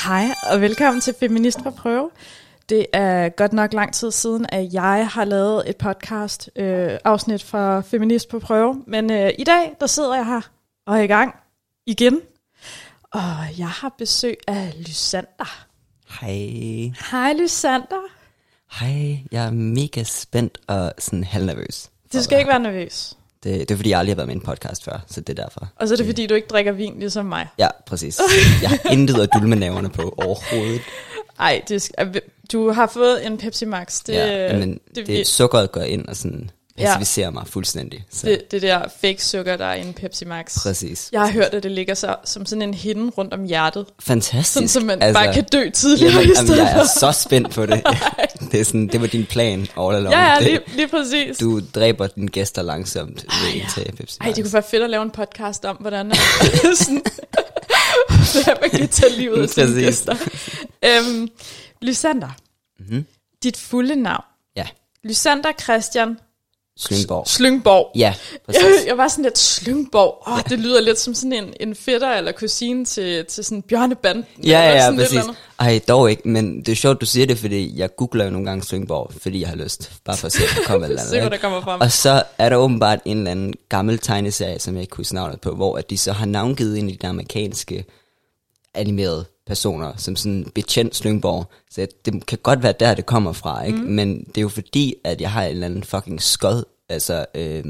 Hej og velkommen til Feminist på Prøve. Det er godt nok lang tid siden, at jeg har lavet et podcast afsnit for Feminist på Prøve. Men i dag, der sidder jeg her og er i gang igen. Og jeg har besøg af Lysander. Hej. Hej Lysander. Hej, jeg er mega spændt og sådan halvnervøs. Du skal ikke være nervøs. Det er fordi, jeg aldrig har været med i en podcast før, så det er derfor. Og så er det fordi, du ikke drikker vin ligesom mig. Ja, præcis. Jeg har intet at dulme nerverne på overhovedet. Ej, du har fået en Pepsi Max. Men det sukkeret går ind og sådan pacificerer mig fuldstændig. Så. Det der fake sukker, der er i en Pepsi Max. Præcis. Jeg har hørt, at det ligger så, som sådan en hinde rundt om hjertet. Fantastisk. Sådan, så man bare kan dø tidligere i stedet. Jeg er så spændt på det. Det var din plan all along. Ja, lige præcis. Du dræber dine gæster langsomt til Pepsi Max. Ej, det kunne være fedt at lave en podcast om, hvordan sådan, man kan tage livet af sine gæster. Lysander, dit fulde navn. Ja. Lysander Christian Slyngborg. Ja, præcis. Jeg var sådan lidt Slyngborg. Det lyder lidt som sådan en fætter eller kusine til sådan Bjørnebanden. Ja, præcis. Ej, dog ikke, men det er sjovt, du siger det, fordi jeg googler jo nogle gange Slyngborg, fordi jeg har lyst. Bare for at se, at der kommer et eller andet. Se, hvad der kommer frem. Og så er der åbenbart en eller anden gammel tegneserie, som jeg ikke husker navnet på, hvor at de så har navngivet ind i de amerikanske animerede personer, som sådan betjent Slyngborg. Så det kan godt være der, det kommer fra, ikke? Men det er jo fordi, at jeg har en eller anden fucking skod, altså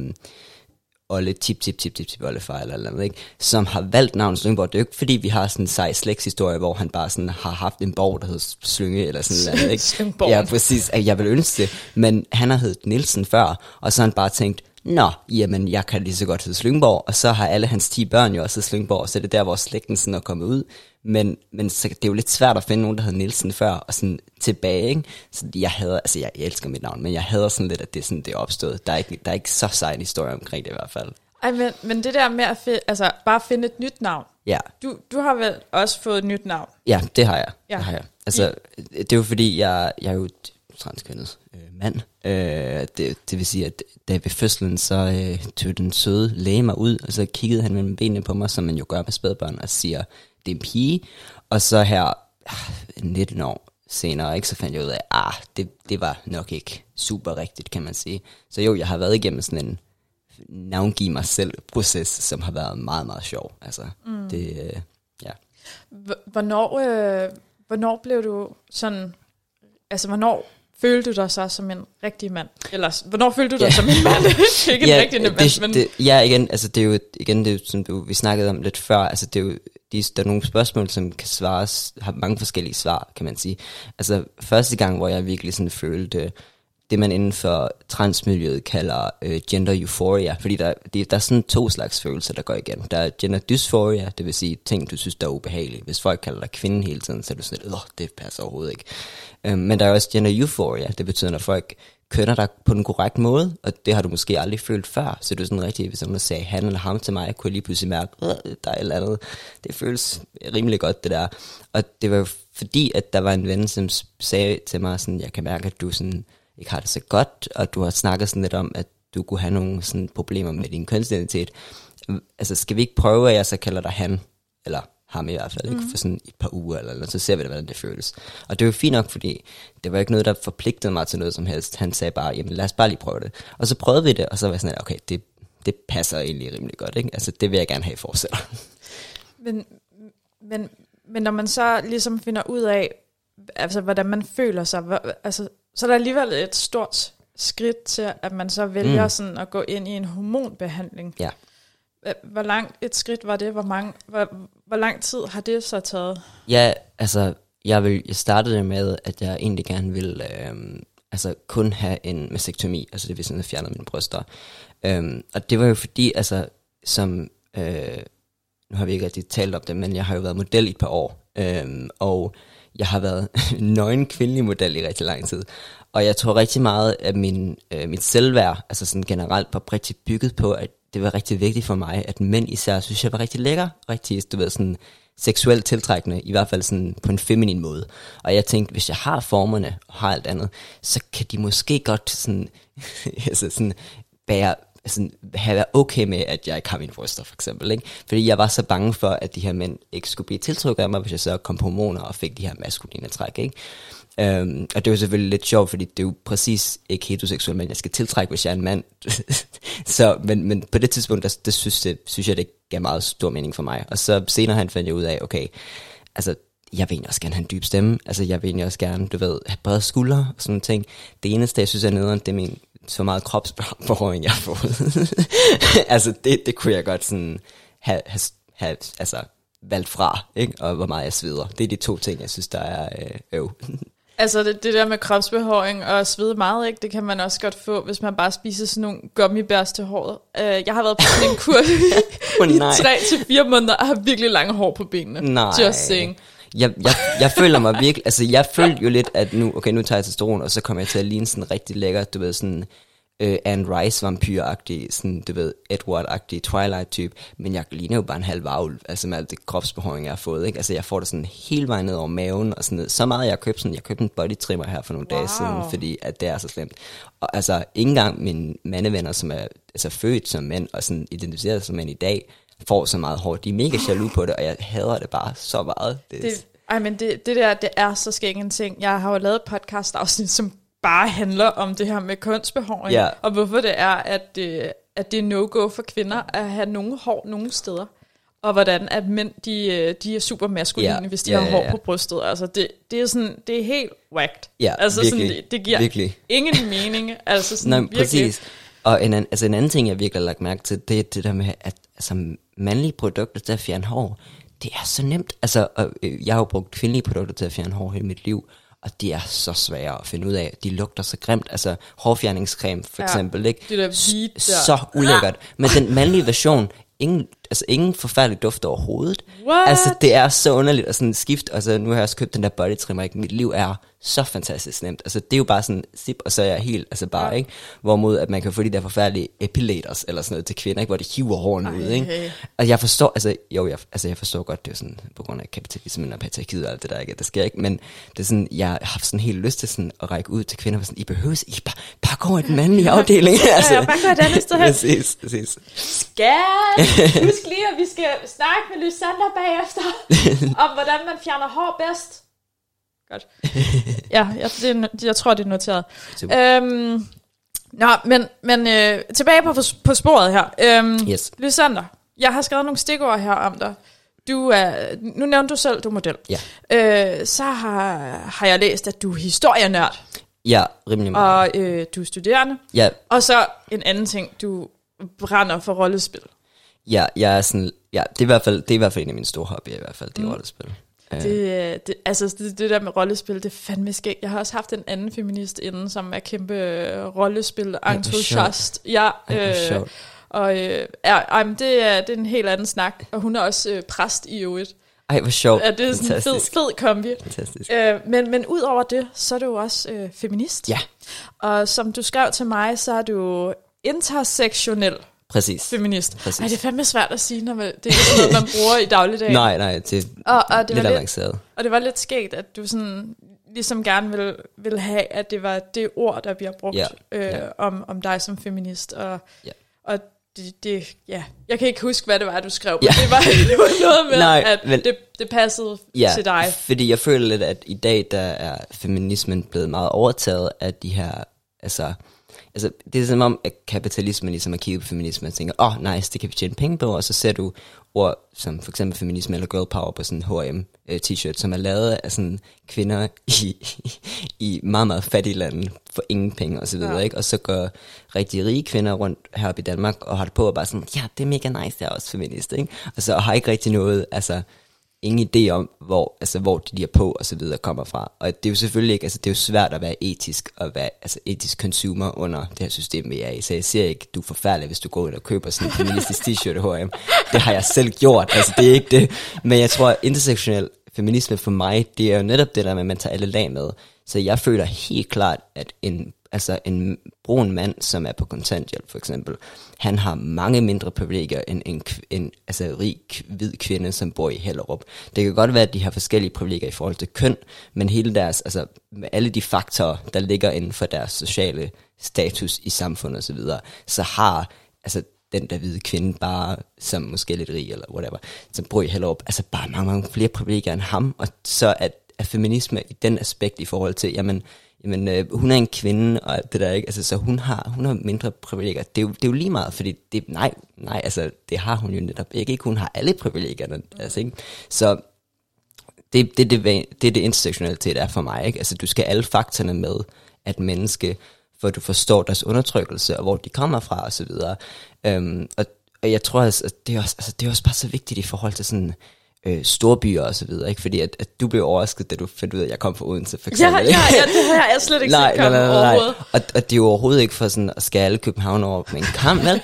Olle tip oldefar eller andet, ikke? Som har valgt navnet Slyngborg. Det er jo ikke fordi, vi har sådan en sej slægtshistorie, hvor han bare sådan har haft en borg, der hedder Slynge eller sådan noget, ikke? Slyngborg. Ja, præcis. Jeg vil ønske det. Men han har heddet Nielsen før, og så har han bare tænkt, nå, jamen, jeg kan lige så godt hedde Slyngborg, og så har alle hans 10 børn jo også heddet Slyngborg, så det er der, hvor slægten sådan er kommet ud. Men så, det er jo lidt svært at finde nogen, der hedder Nielsen før, og sådan tilbage, ikke? Så jeg elsker mit navn, men jeg hader sådan lidt, at det er sådan, det er opstået. Der er ikke så sej en historie omkring det i hvert fald. Ej, men det der med at bare finde et nyt navn. Ja. Du har vel også fået et nyt navn? Ja, det har jeg. Ja. Det har jeg. Altså, det er jo fordi, jeg er jo transkønnet mand. Det vil sige, at da ved fødslen, så tog den søde læge mig ud, og så kiggede han mellem benene på mig, som man jo gør med spædbørn, og siger, det er en pige. Og så her 19 år senere, ikke, så fandt jeg ud af, det var nok ikke super rigtigt, kan man sige. Så jo, jeg har været igennem sådan en navngive mig selv proces, som har været meget, meget sjov. Altså, ja. Hvornår blev du sådan, altså hvornår følte du dig så som en rigtig mand? Eller hvornår følte du dig som en mand? Ikke en rigtig mand, men... igen, altså det er jo, som vi snakkede om lidt før, altså det er jo, der er nogle spørgsmål, som kan svares, har mange forskellige svar, kan man sige. Altså første gang, hvor jeg virkelig sådan følte det, man inden for transmiljøet kalder gender euphoria, fordi der er sådan 2 slags følelser, der går igen. Der er gender dysphoria, det vil sige ting, du synes, der er ubehagelige. Hvis folk kalder dig kvinde hele tiden, så er du sådan lidt, det passer overhovedet ikke. Men der er også gender euphoria, det betyder, når folk kønner dig på den korrekte måde, og det har du måske aldrig følt før, så du er sådan rigtig, hvis man sagde han eller ham til mig, kunne jeg lige pludselig mærke, der er et eller andet. Det føles rimelig godt, det der. Og det var jo fordi, at der var en ven, som sagde til mig sådan, jeg kan mærke, at du sådan ikke har det så godt, og du har snakket sådan lidt om, at du kunne have nogle sådan problemer med din kønsidentitet. Altså, skal vi ikke prøve, at jeg så kalder dig han, eller ham i hvert fald, ikke? For sådan et par uger, eller så ser vi det, hvordan det føles. Og det var jo fint nok, fordi det var ikke noget, der forpligtede mig til noget som helst. Han sagde bare, jamen lad os bare lige prøve det. Og så prøvede vi det, og så var jeg sådan, okay, det passer egentlig rimelig godt, ikke? Altså, det vil jeg gerne have fortsætter. Men når man så ligesom finder ud af, altså hvordan man føler sig, altså så er der alligevel et stort skridt til, at man så vælger sådan at gå ind i en hormonbehandling. Ja. Hvor langt et skridt var det? Hvor lang tid har det så taget? Ja, altså, jeg startede med, at jeg egentlig gerne ville kun have en mastektomi, altså det vil sige, at jeg fjernede mine bryster. Og det var jo fordi, altså, som, nu har vi ikke rigtig talt om det, men jeg har jo været model i et par år, og jeg har været nøgen kvindelig model i rigtig lang tid. Og jeg tror rigtig meget, at mit selvværd, altså sådan generelt, var rigtig bygget på, at det var rigtig vigtigt for mig, at mænd især synes jeg var rigtig lækker, rigtig, du ved, sådan seksuelt tiltrækkende, i hvert fald sådan på en feminin måde. Og jeg tænkte, hvis jeg har formerne og har alt andet, så kan de måske godt sådan, altså sådan bære sådan, have okay med, at jeg ikke har mine bryster, for eksempel, ikke? Fordi jeg var så bange for, at de her mænd ikke skulle blive tiltrukket af mig, hvis jeg så kom på hormoner og fik de her maskuline træk, ikke? Og det er jo selvfølgelig lidt sjovt, fordi det er jo præcis ikke heteroseksuel mænd, jeg skal tiltrække, hvis jeg er en mand. Så, men på det tidspunkt, der synes jeg, det gav meget stor mening for mig. Og så senere han fandt jeg ud af, okay, altså, jeg vil egentlig også gerne have en dyb stemme. Altså, jeg vil egentlig også gerne, du ved, have brede skuldre og sådan nogle ting. Det eneste, jeg synes er nederen, det er min så meget kropsbehåring, jeg har fået. Altså, det kunne jeg godt sådan have altså, valgt fra, ikke? Og hvor meget jeg sveder. Det er de 2 ting, jeg synes, der er Altså det der med kropsbehåring og svede meget, ikke? Det kan man også godt få, hvis man bare spiser sådan nogle gummibærs til håret. Jeg har været på sådan en kur i 3-4 måneder og har virkelig lange hår på benene. Nej. Just saying. Jeg føler mig virkelig, altså jeg følte jo lidt, at nu tager jeg testosteron, og så kommer jeg til at ligne sådan rigtig lækker, du ved, sådan Anne Rice vampyr-agtig, sådan, du ved, Edward-agtig Twilight-type, men jeg ligner jo bare en halv varulv, altså med alt det kropsbehåring, jeg har fået, ikke? Altså jeg får det sådan hele vejen ned over maven, og sådan noget. Så meget, jeg købte en body trimmer her for nogle dage siden, fordi at det er så slemt. Og altså, ikke engang mine mandevenner, som er altså født som mænd, og sådan identificeret som mænd i dag, får så meget hår. De er mega jaloux på det, og jeg hader det bare så meget. Det der, det er så skægt en ting. Jeg har jo lavet et podcast-afsnit, som bare handler om det her med kønsbehåring, og hvorfor det er, at det er no-go for kvinder at have nogle hår nogle steder, og hvordan at mænd, de er super maskuline, hvis de har hår på brystet. Altså det er sådan, det er helt whacked. Altså virkelig, sådan, det giver virkelig ingen mening. Altså sådan, nej, virkelig. Præcis. Og en anden ting, jeg virkelig har lagt mærke til, det er det der med, at altså, mandlige produkter til at fjerne hår, det er så nemt. Altså, jeg har jo brugt kvindelige produkter til at fjerne hår hele mit liv, og de er så svære at finde ud af. De lugter så grimt. Altså hårfjerningscreme for eksempel, ikke? Det der hvide der. Så ulækkert. Men den mandlige version, ingen forfærdelig duft overhovedet. What? Altså det er så underligt at sådan skift. Altså nu har jeg også købt den der body trimmer, ikke? Mit liv er så fantastisk nemt. Altså det er jo bare sådan zip, og så er jeg helt, altså bare, ikke? Hvorimod at man kan få de der forfærdelige epilators eller sådan noget til kvinder, ikke? Hvor de hiver hårene ud, ikke? Og jeg forstår, jeg forstår godt, det er sådan på grund af kapitalismen og patriarkiet og alt det der, ikke? Det sker ikke, men det er sådan, jeg har haft sådan helt lyst til sådan at række ud til kvinder, og sådan, I behøves ikke bare gå i den mandlige afdeling. Altså, bare gå et andet sted hen. Præcis. Skat! Husk lige, at vi skal snakke med Lysander bagefter, om hvordan man fjerner hår bedst. Godt. Ja, jeg tror, det er noteret. Men tilbage på sporet her. Yes. Lysander, jeg har skrevet nogle stikord her om dig. Nu nævnte du selv, du er model. Ja. Så har jeg læst, at du er historienørd. Ja, rimelig meget. Og du er studerende. Ja. Og så en anden ting, du brænder for rollespil. Ja, jeg er sådan, det er i hvert fald en af mine store hobbyer i hvert fald, det er rollespil. Det der med rollespil, det er fandme skægt. Jeg har også haft en anden feminist inden, som er kæmpe rollespil-entusiast. Det er en helt anden snak, og hun er også præst i øvrigt. Ej, hvor sjovt. Ja, det er sådan en fed kombi. Fantastisk. Men ud over det, så er du også feminist. Ja. Og som du skrev til mig, så er du intersektionel. Præcis. Feminist. Præcis. Ej, det er fandme svært at sige, når det er sådan noget, man bruger i dagligdagen. Nej, det er lidt avanceret. Og det var lidt skægt, at du sådan ligesom gerne vil have, at det var det ord, der bliver brugt om dig som feminist. Og det, jeg kan ikke huske, hvad det var, du skrev, men det var noget med, at det passede til dig. Fordi jeg føler lidt, at i dag, der er feminismen blevet meget overtaget af de her, altså det er som om, at kapitalismen ligesom har kigget på feminismen og tænker, nice, det kan vi tjene penge på, og så ser du ord som for eksempel feminisme eller girl power på sådan en H&M t-shirt, som er lavet af sådan kvinder i meget, meget fattige lande for ingen penge og så videre, ikke? Og så går rigtig rige kvinder rundt heroppe i Danmark og har det på og bare sådan, det er mega nice, jeg er også feminist, ikke? Og så har ikke rigtig noget, ingen idé om, hvor de er på og så videre kommer fra. Og det er jo selvfølgelig ikke, det er jo svært at være etisk og være etisk consumer under det her system, vi er i. Så jeg siger ikke, du er forfærdelig, hvis du går ind og køber sådan en feministisk t-shirt i H&M. Det har jeg selv gjort, det er ikke det. Men jeg tror, at intersektionel feminisme for mig, det er jo netop det der med, at man tager alle lag med. Så jeg føler helt klart, at en brun mand, som er på kontanthjælp for eksempel, han har mange mindre privilegier end en rig hvid kvinde, som bor i Hellerup. Det kan godt være, at de har forskellige privilegier i forhold til køn, men hele deres, med alle de faktorer, der ligger inden for deres sociale status i samfundet osv., så har altså den der hvide kvinde, bare som måske lidt rig, eller whatever, som bor i Hellerup, altså bare mange flere privilegier end ham, og så at feminisme i den aspekt i forhold til, jamen hun er en kvinde, og det der, ikke, altså så hun har mindre privilegier, det er jo lige meget, fordi nej, altså det har hun jo netop ikke, hun har alle privilegierne, altså ikke, så det er det intersektionalitet er for mig, ikke, altså du skal alle faktorerne med, at menneske, for du forstår deres undertrykkelse, og hvor de kommer fra, og så videre. Og jeg tror, at det er også bare så vigtigt i forhold til sådan storbyer og så videre, ikke? Fordi at du blev overrasket, da du fandt ud af, at jeg kom fra Odense, for eksempel. Ja, det har jeg slet ikke set komme overhovedet. Og det er jo overhovedet ikke for sådan at skære alle København over med en kamp, vel?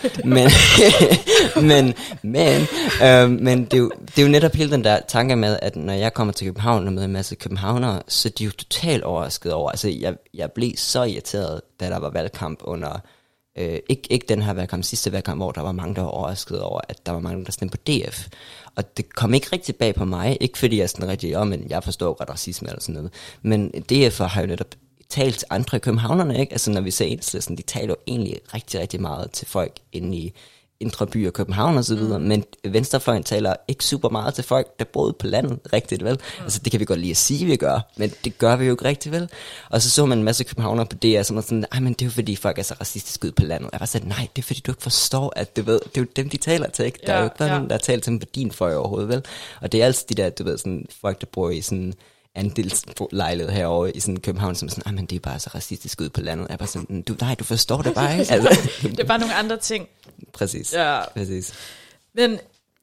Men det er jo netop hele den der tanke med, at når jeg kommer til København og møder en masse københavnere, så er de jo totalt overrasket over. Altså, jeg blev så irriteret, da der var valgkamp under ikke den her valgkamp, sidste valgkamp, hvor der var mange, der var overrasket over, at der var mange, der stemte på DF. Og det kom ikke rigtig bag på mig, ikke fordi jeg sådan rigtig, men jeg forstår godt racisme eller sådan noget, men DF har jo netop talt til andre københavnerne, ikke? Altså når vi ser Enhedslisten, de taler jo egentlig rigtig, rigtig meget til folk inde i indre byer, København og så videre, men venstrefløjen taler ikke super meget til folk, der boede på landet rigtigt, vel? Altså det kan vi godt lige at sige, vi gør, men det gør vi jo ikke rigtigt, vel? Og så man en masse københavnere på DR, som er sådan, men det er jo fordi folk er så racistisk ud på landet. Jeg var sådan, nej, det er fordi du ikke forstår, at det er jo dem, de taler til, ikke? Der er jo ikke nogen, der taler til dem på din fløj overhovedet, vel? Og det er altid de der, du ved, sådan folk, der bor i sådan andelslejlighed herovre i sådan København, som sådan, men det er bare så racistisk ud på landet. Jeg er bare sådan, du forstår det bare, ikke? Altså, det er bare nogle andre ting. Præcis, præcis. Men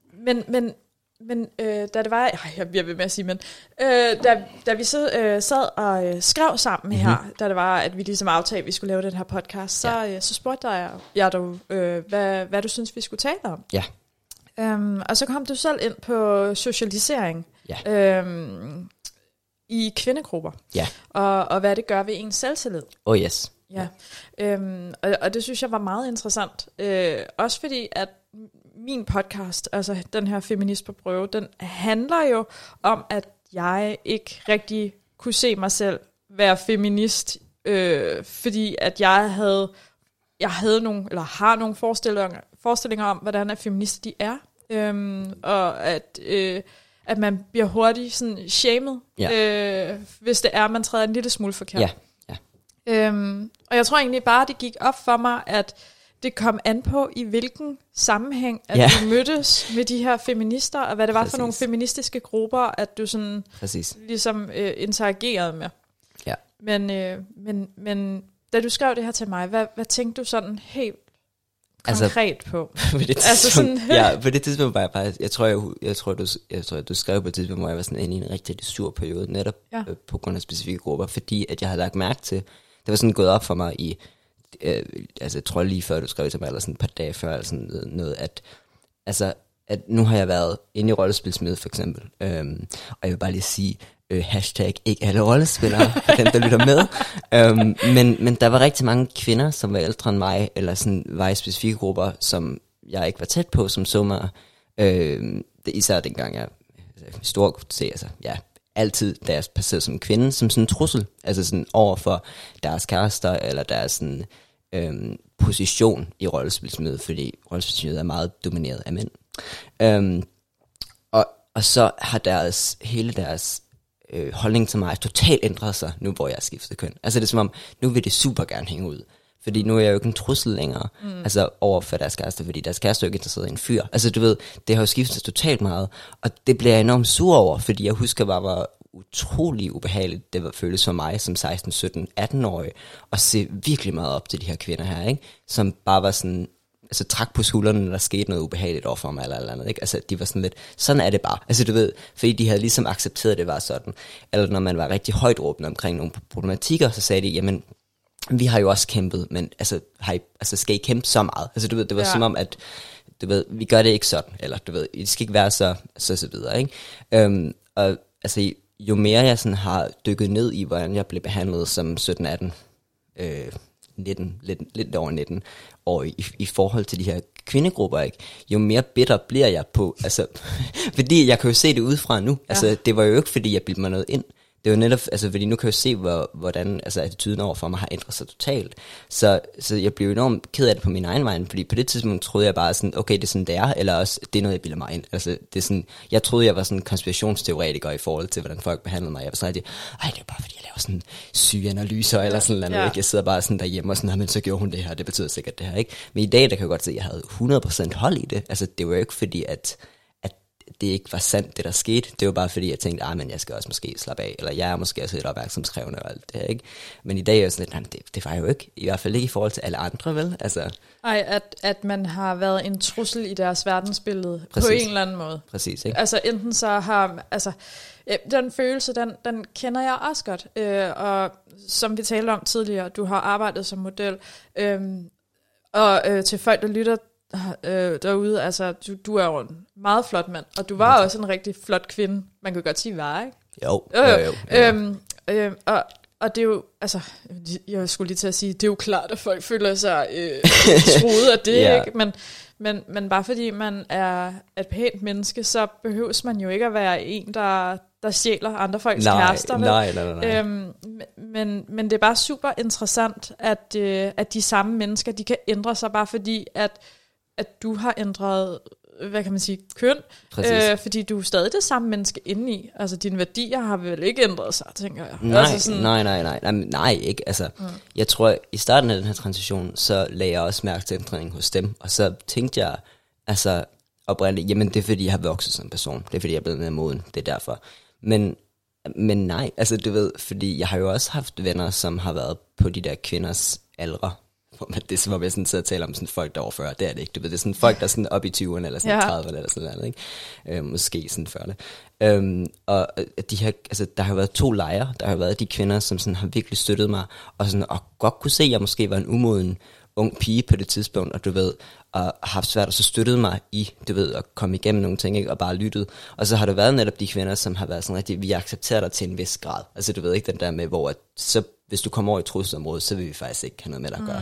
da det var, jeg bliver ved med at sige, men da vi så sad og skrev sammen her, da det var, at vi ligesom aftalte, at vi skulle lave den her podcast, så spurgte jeg dig, hvad du synes, vi skulle tale om. Ja. Og så kom du selv ind på socialisering. Ja. I kvindegrupper. Ja. Og hvad det gør ved ens selvtillid. Oh yes. Ja. Og det synes jeg var meget interessant. Også fordi, at min podcast, altså den her Feminist på prøve, den handler jo om, at jeg ikke rigtig kunne se mig selv være feminist, fordi at jeg havde nogle, eller har nogle forestillinger om, hvordan at feminister de er. Og at man bliver hurtigt sådan shamed, hvis det er, man træder en lille smule forkert. Ja. Og jeg tror egentlig bare, det gik op for mig, at det kom an på, i hvilken sammenhæng, at du mødtes med de her feminister, og hvad det var for nogle feministiske grupper, at du sådan ligesom interagerede med. Ja. Men da du skrev det her til mig, hvad tænkte du sådan helt konkret på? På det tidspunkt var jeg bare, jeg tror, du skrev på et tidspunkt, hvor jeg var sådan i en rigtig sur periode, netop på grund af specifikke grupper, fordi at jeg havde lagt mærke til, det var sådan gået op for mig i, altså jeg tror lige før du skrev til mig, eller sådan et par dage før, eller sådan noget, at nu har jeg været inde i rollespilsmøde for eksempel, og jeg vil bare lige sige, hashtag ikke alle rollespillere, for dem der lytter med, men der var rigtig mange kvinder, som var ældre end mig, eller sådan var i specifikke grupper, som jeg ikke var tæt på, som så mig, især dengang jeg stor kunne se, altid, da jeg passerede som kvinde, som sådan en trussel, altså sådan over for deres kærester, eller deres sådan, position i rollespilsmødet, fordi rollespilsmødet er meget domineret af mænd. Og så har hele deres holdning til mig totalt ændret sig, nu hvor jeg har skiftet køn. Altså det er som om, nu vil det super gerne hænge ud. Fordi nu er jeg jo ikke en trussel længere, altså over for deres kæreste, fordi deres kæreste er jo ikke interesseret i en fyr. Altså du ved, det har jo skiftet totalt meget, og det bliver jeg enormt sur over, fordi jeg husker bare, hvor utrolig ubehageligt det føles for mig som 16, 17, 18-årig, at se virkelig meget op til de her kvinder her, ikke? Som bare var sådan, altså trak på skuldrene, når der skete noget ubehageligt overfor mig, eller andet, ikke? Altså de var sådan lidt, sådan er det bare, altså du ved, fordi de havde ligesom accepteret, det var sådan. Eller når man var rigtig højt råbende omkring nogle problematikker, så sagde de, jamen, vi har jo også kæmpet, men skal I kæmpe så meget? Altså du ved, det var som om, at du ved, vi gør det ikke sådan, eller du ved, det skal ikke være så videre, ikke? Og altså, jo mere jeg sådan har dykket ned i, hvordan jeg blev behandlet som 17, 18, 19, lidt over 19 år i forhold til de her kvindegrupper, ikke? Jo mere bitter bliver jeg på, altså, fordi jeg kan jo se det udefra nu, altså, det var jo ikke, fordi jeg bildte mig noget ind, det er jo netop, altså fordi nu kan jeg jo se, hvordan altså attituden overfor mig har ændret sig totalt. Så jeg blev enormt ked af det på min egen vej, fordi på det tidspunkt troede jeg bare sådan, okay, det er sådan det er, eller også, det er noget, jeg bilder mig ind. Altså det er sådan, jeg troede, jeg var sådan en konspirationsteoretiker i forhold til, hvordan folk behandlede mig. Jeg var sådan rigtig, det er jo bare fordi, jeg laver sådan syge analyser, eller sådan noget, ikke? Jeg sidder bare sådan derhjemme og sådan, men så gjorde hun det her, det betyder sikkert det her, ikke? Men i dag, der kan jeg godt se, at jeg havde 100% hold i det. Altså det var jo ikke fordi, at det ikke var sandt, det der skete. Det var bare fordi, jeg tænkte, men jeg skal også måske slappe af, eller jeg er måske også lidt opmærksomhedskrævende og alt det her, ikke? Men i dag er jeg sådan lidt, det var jo ikke, i hvert fald ikke i forhold til alle andre, vel? Altså. At man har været en trussel i deres verdensbillede. Præcis. På en eller anden måde. Præcis, ikke? Altså enten så har, den følelse, den kender jeg også godt. Og som vi talte om tidligere, du har arbejdet som model, og til folk, der lytter derude, altså du er jo en meget flot mand, og du var også en rigtig flot kvinde. Man kan godt sige var, ikke? Jo. Og det er jo, altså, jeg skulle lige til at sige, det er jo klart, at folk føler sig truet af det, ikke? Men bare fordi man er et pænt menneske, så behøves man jo ikke at være en, der stjæler andre folks kærester. Nej. Men det er bare super interessant, at de samme mennesker, de kan ændre sig, bare fordi, at du har ændret, hvad kan man sige, køn, fordi du er stadig det samme menneske indeni. Altså dine værdier har vel ikke ændret sig, tænker jeg. Nej, ikke. Altså, jeg tror, i starten af den her transition, så lagde jeg også mærke til ændringen hos dem, og så tænkte jeg, altså oprindeligt, jamen det er fordi, jeg har vokset som person, det er fordi, jeg er blevet mere moden, det er derfor. Men nej, altså du ved, fordi jeg har jo også haft venner, som har været på de der kvinders aldre. Det er som om jeg sådan sidder og taler om sådan folk, der er over 40. Det er det ikke. Du ved, det er sådan folk, der er sådan op i 20'erne, eller sådan 30'erne, eller sådan noget, ikke? Måske sådan 40'erne. Og de her, altså, der har været 2 lejre. Der har været de kvinder, som sådan har virkelig støttet mig, og godt kunne se, at jeg måske var en umoden ung pige på det tidspunkt, og du ved, og har haft svært, og så støttede mig i, du ved, at komme igennem nogle ting, ikke? Og bare lyttet. Og så har der været netop de kvinder, som har været sådan rigtig, vi accepterer dig til en vis grad. Altså du ved ikke, den der med, hvor at, så hvis du kommer over i trusselsområdet, så vil vi faktisk ikke have noget med dig at gøre.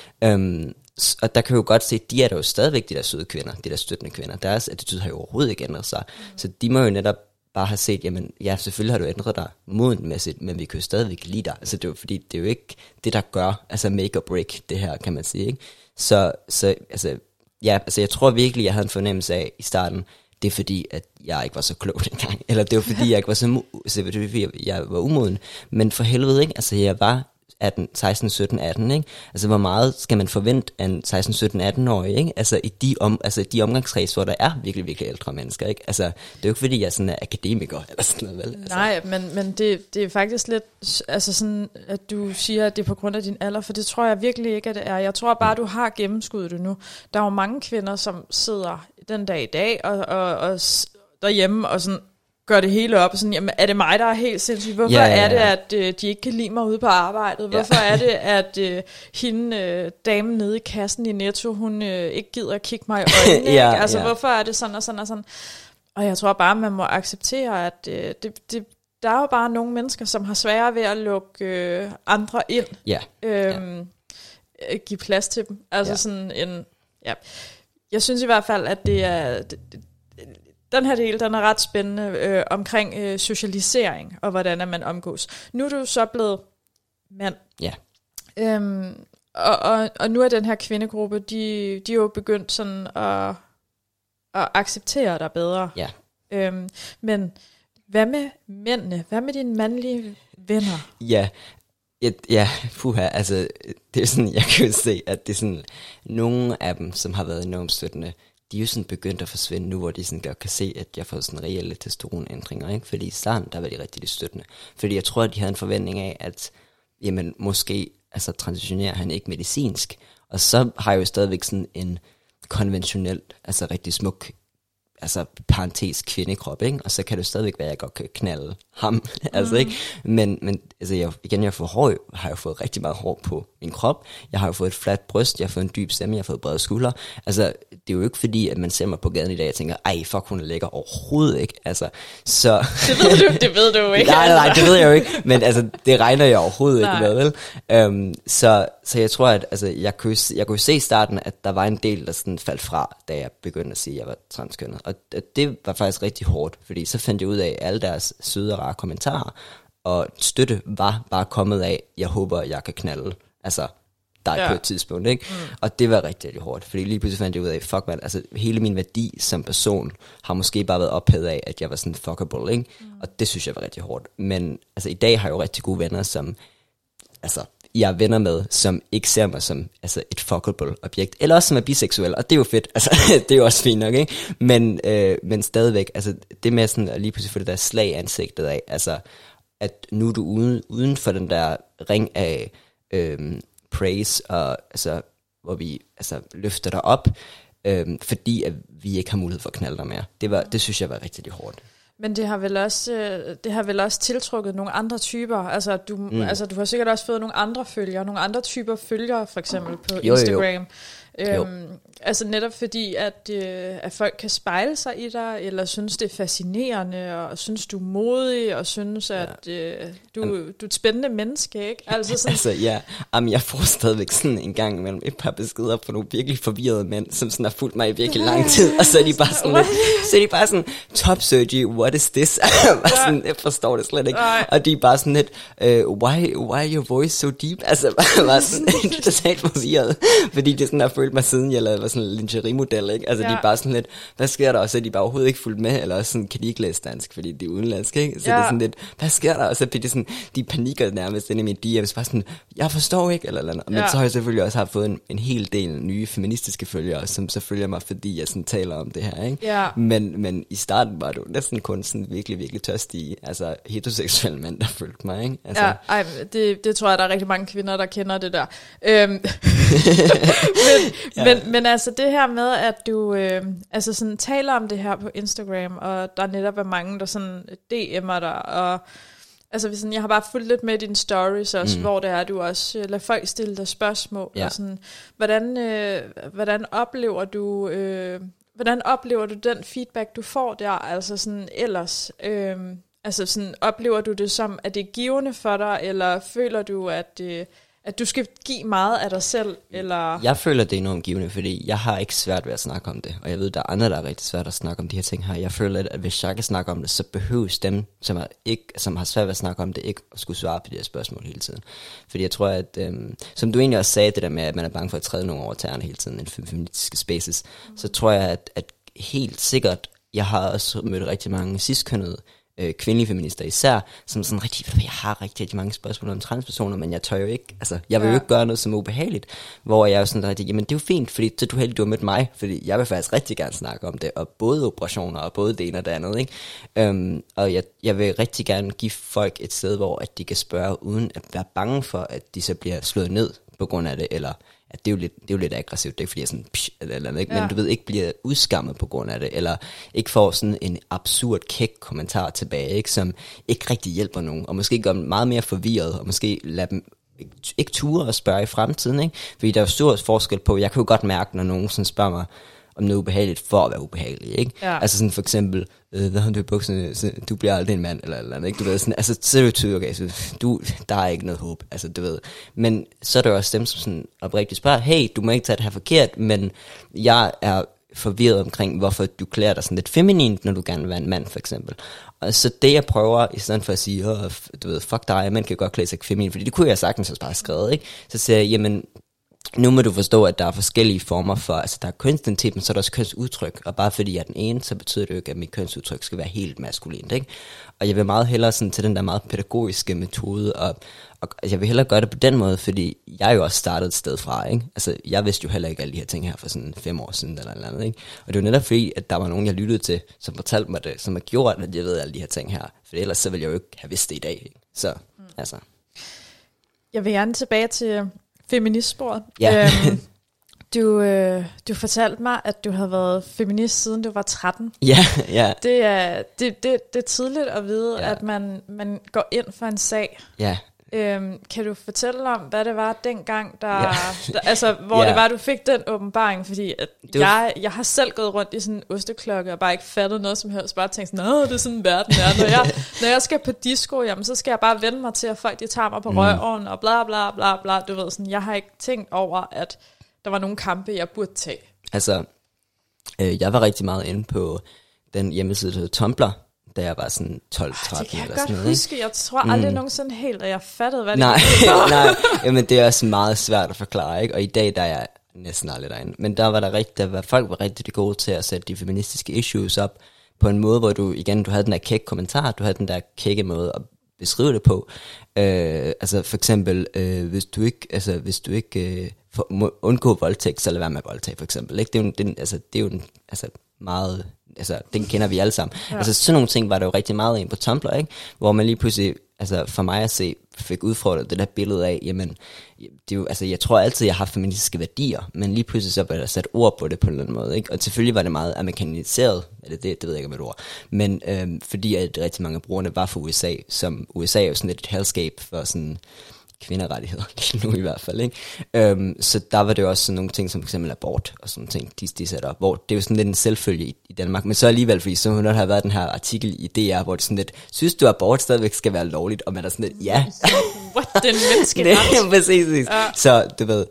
Og der kan jo godt se, de er der jo stadigvæk de der søde kvinder, de der støttende kvinder. Deres attitude har jo overhovedet ikke ændret sig. Så de må jo netop bare have set, jamen ja, selvfølgelig har du ændret dig modentmæssigt, men vi kan jo stadigvæk lide dig. Altså det er jo fordi, det er jo ikke det, der gør, altså make or break det her, kan man sige, ikke? Så altså, ja, altså jeg tror virkelig, jeg havde en fornemmelse af i starten, det er fordi, at jeg ikke var så klog dengang, eller det var fordi, jeg ikke var jeg var umoden, men for helvede, ikke? Altså jeg var 18, 16, 17, 18, ikke? Altså hvor meget skal man forvente af en 16, 17, 18-årig, ikke? Altså i de omgangskreds, hvor der er virkelig, virkelig ældre mennesker, ikke? Altså det er jo ikke fordi, jeg er sådan en akademiker, eller sådan noget, vel? Altså. Nej, men det er faktisk lidt, altså sådan, at du siger, at det er på grund af din alder, for det tror jeg virkelig ikke, at det er. Jeg tror bare, du har gennemskuddet det nu. Der er jo mange kvinder, som sidder den dag i dag, og derhjemme, og sådan, gør det hele op, og sådan, jamen, er det mig, der er helt sindssygt? Hvorfor er det, at de ikke kan lide mig ude på arbejdet? Hvorfor er det, at hende, damen nede i kassen i Netto, hun ikke gider at kigge mig i øjnene? Ikke? Altså, hvorfor er det sådan og sådan og sådan? Og jeg tror bare, man må acceptere, at der er jo bare nogle mennesker, som har sværere ved at lukke andre ind. Give plads til dem. Altså sådan en... Ja. Jeg synes i hvert fald, at det er... Den her del, den er ret spændende omkring socialisering, og hvordan er man omgås. Nu er du så blevet mand. Ja. Og nu er den her kvindegruppe, de er jo begyndt sådan at acceptere dig bedre. Ja. Men hvad med mændene? Hvad med dine mandlige venner? Ja, puha, altså, det er sådan, jeg kan jo se, at det er sådan, nogle af dem, som har været enormt støttende, de er jo sådan begyndt at forsvinde nu, hvor de sådan godt kan se, at jeg får sådan reelle testosteronændringer, ikke? Fordi i starten, der var de rigtig støttende. Fordi jeg tror, at de havde en forventning af, at jamen, måske altså, transitionerer han ikke medicinsk. Og så har jeg jo stadigvæk sådan en konventionelt, altså rigtig smuk, altså parentes kvindekrop, ikke? Og så kan det jo stadigvæk være, at jeg godt kan knalde ham, altså ikke? Men altså har jeg fået rigtig meget hår på min krop, jeg har jo fået et fladt bryst, jeg har fået en dyb stemme, jeg har fået brede skuldre, altså det er jo ikke fordi, at man ser mig på gaden i dag, og tænker, ej, fuck, hun er lækker, overhovedet ikke, altså, så... Det ved du ikke. nej, det ved jeg jo ikke, men altså, det regner jeg overhovedet ikke med, vel? Så jeg tror, at altså, jeg kunne se i starten, at der var en del, der sådan faldt fra, da jeg begyndte at sige, at jeg var transkønnet, og det var faktisk rigtig hårdt, fordi så fandt jeg ud af alle deres søde og rare kommentarer, og støtte var bare kommet af, jeg håber, jeg kan knalde, altså dig på et tidspunkt, ikke? Og det var rigtig, rigtig hårdt, fordi lige pludselig fandt jeg ud af, fuck man, altså hele min værdi som person har måske bare været ophævet af, at jeg var sådan fuckable, ikke? Og det synes jeg var rigtig hårdt. Men altså i dag har jeg jo rigtig gode venner, som altså jeg er venner med, som ikke ser mig som altså et fuckable objekt, eller også som er biseksuel, og det er jo fedt, altså det er jo også fint nok, ikke? Men stadigvæk, altså det med sådan at lige pludselig få det der slag i ansigtet af, altså at nu er du uden for den der ring af praise, og altså hvor vi altså løfter dig op, fordi at vi ikke har mulighed for at knalde dig mere. Det synes jeg var rigtig hårdt. Men det har vel også tiltrukket nogle andre typer. Altså du har sikkert også fået nogle andre følgere, nogle andre typer følgere, for eksempel på Instagram. Altså netop fordi, at folk kan spejle sig i dig, eller synes, det er fascinerende, og synes, du er modig, og synes, at du er et spændende menneske, ikke? Altså, sådan. Altså ja, jeg får stadigvæk sådan en gang imellem et par beskeder fra nogle virkelig forvirrede mænd, som sådan har fulgt mig i virkelig lang tid, og så er de bare sådan lidt, top surgery, what is this? Sådan, jeg forstår det slet ikke. Og de er bare sådan lidt, why is your voice so deep? Altså bare sådan, de er totalt forvirret, fordi det sådan har følt mig siden jeg lavede sådan en lingerie-model, ikke? Altså de er bare sådan lidt, hvad sker der? Og så er de bare overhovedet ikke fulgt med, eller også sådan, kan de ikke læse dansk, fordi de er udenlandsk, ikke? Så det er sådan lidt, hvad sker der? Og så bliver det sådan, de panikker nærmest inde i min DM's, bare sådan, jeg forstår ikke, eller andet. Men så har jeg selvfølgelig også fået en hel del nye feministiske følgere, som så følger mig, fordi jeg sådan taler om det her, ikke? Ja. Men i starten var det jo næsten kun sådan virkelig, virkelig tørstige, altså heteroseksuelle mænd, der følte mig, ikke? Altså. Ja, det tror jeg, der er rigtig mange kvinder, der kender det der. Men altså det her med, at du altså sådan taler om det her på Instagram, og der netop er mange, der sådan DM'er dig, og altså sådan, jeg har bare fulgt lidt med dine stories også, hvor det er, du også lader folk stille dig spørgsmål, og sådan, hvordan oplever du den feedback, du får der, altså sådan ellers, altså sådan, oplever du det som, at det er givende for dig, eller føler du, at du skal give meget af dig selv, eller? Jeg føler, det er enormt givende, fordi jeg har ikke svært ved at snakke om det, og jeg ved, der er andre, der er rigtig svært at snakke om de her ting her. Jeg føler, at hvis jeg kan snakke om det, så behøves dem, som har svært ved at snakke om det, ikke at skulle svare på de her spørgsmål hele tiden. Fordi jeg tror, at som du egentlig også sagde, det der med, at man er bange for at træde nogle over tæerne hele tiden, i feministiske spaces, så tror jeg, at helt sikkert, jeg har også mødt rigtig mange cis-kønnede, kvindelige feminister især, som sådan rigtig, jeg har rigtig mange spørgsmål om transpersoner, men jeg tør jo ikke, altså, jeg vil jo ikke gøre noget som er ubehageligt, hvor jeg er jo sådan rigtig, jamen det er jo fint, fordi så du heldig, du har mødt mig, fordi jeg vil faktisk rigtig gerne snakke om det, og både operationer, og både det ene og det andet, ikke? Og jeg vil rigtig gerne give folk et sted, hvor at de kan spørge, uden at være bange for, at de så bliver slået ned på grund af det, eller at det er jo lidt aggressivt, det er ikke fordi jeg sådan eller ikke, men du ved, ikke bliver udskammet på grund af det, eller ikke får sådan en absurd kæk kommentar tilbage, ikke, som ikke rigtig hjælper nogen, og måske gør dem meget mere forvirret, og måske lade dem ikke ture og spørge i fremtiden, ikke? Fordi der er jo stor forskel på, jeg kan jo godt mærke, når nogen sådan spørger mig om noget ubehageligt for at være ubehagelig, ikke? Ja. Altså sådan for eksempel, hvad har du i bukserne, så du bliver aldrig en mand, eller ikke, du ved, sådan, altså så er det jo okay, så der er ikke noget håb, altså du ved, men så er der også dem, som sådan oprigtigt spørger, hey, du må ikke tage det her forkert, men jeg er forvirret omkring, hvorfor du klæder dig sådan lidt feminint, når du gerne vil være en mand, for eksempel. Og så det, jeg prøver, i stedet for at sige, du ved, fuck dig, mænd kan godt klæde sig feminint, fordi det kunne jeg sagtens også bare have skrevet, ikke? Så siger jeg, jamen, nu må du forstå, at der er forskellige former for, altså der er kønsidentitet, men så er der også kønsudtryk, og bare fordi jeg er den ene, så betyder det jo ikke, at mit kønsudtryk skal være helt maskulint, ikke? Og jeg vil meget hellere sådan til den der meget pædagogiske metode, og jeg vil hellere gøre det på den måde, fordi jeg jo også startede et sted fra, ikke? Altså jeg vidste jo heller ikke alle de her ting her for sådan 5 år siden, eller andet, ikke? Og det var netop fordi, at der var nogen, jeg lyttede til, som fortalte mig det, som har gjort, at jeg ved alle de her ting her, for ellers så ville jeg jo ikke have vidst det i dag, ikke? Så, altså. Jeg vil gerne tilbage til feministsporet. Ja. Du fortalte mig, at du havde været feminist siden du var 13. Ja. Det er tidligt at vide, at man går ind for en sag. Ja. Kan du fortælle om, hvad det var dengang, det var, du fik den åbenbaring? Fordi jeg har selv gået rundt i sådan en osteklokke og bare ikke fattet noget som helst. Bare tænkt sådan, det er sådan verden er. Når jeg skal på disco, jamen, så skal jeg bare vende mig til, at folk de tager mig på røven og bla bla bla bla. Du ved sådan, jeg har ikke tænkt over, at der var nogle kampe, jeg burde tage. Altså, jeg var rigtig meget inde på den hjemmeside, der hedder Tumblr. da jeg var sådan 12-13 eller sådan noget. Det kan jeg godt huske. Jeg tror aldrig nogensinde helt, at jeg fattede, hvad det var. Nej, jamen det er også meget svært at forklare, ikke? Og i dag, der er jeg næsten aldrig derinde. Men der var folk var rigtig gode til at sætte de feministiske issues op på en måde, hvor du havde den der kække kommentar, du havde den der kække måde at beskrive det på. Altså for eksempel, hvis du ikke må undgå voldtægt, så lad være med at voldtage, for eksempel. Ikke? Det er jo meget... Altså, den kender vi alle sammen. Ja. Altså, sådan nogle ting var der jo rigtig meget ind på Tumblr, ikke? Hvor man lige pludselig, altså for mig at se, fik udfordret det der billede af, jamen, det er jo, altså, jeg tror altid, jeg har feministiske værdier, men lige pludselig så var der sat ord på det på en eller anden måde, ikke? Og selvfølgelig var det meget amerikaniseret, eller det ved jeg ikke om et ord, men fordi at rigtig mange af brugerne var fra USA, som USA er jo sådan et hellscape for sådan kvinderettigheder, lige nu i hvert fald, ikke? Så der var det jo også sådan nogle ting, som for eksempel abort, og sådan nogle ting, de sætter op, hvor det er jo sådan lidt en selvfølge i Danmark, men så alligevel, fordi så har der været den her artikel i DR, hvor det sådan lidt, synes du, abort stadigvæk skal være lovligt, og man er sådan lidt, ja. What, den menneskeret? Præcis. Ja. Så du ved,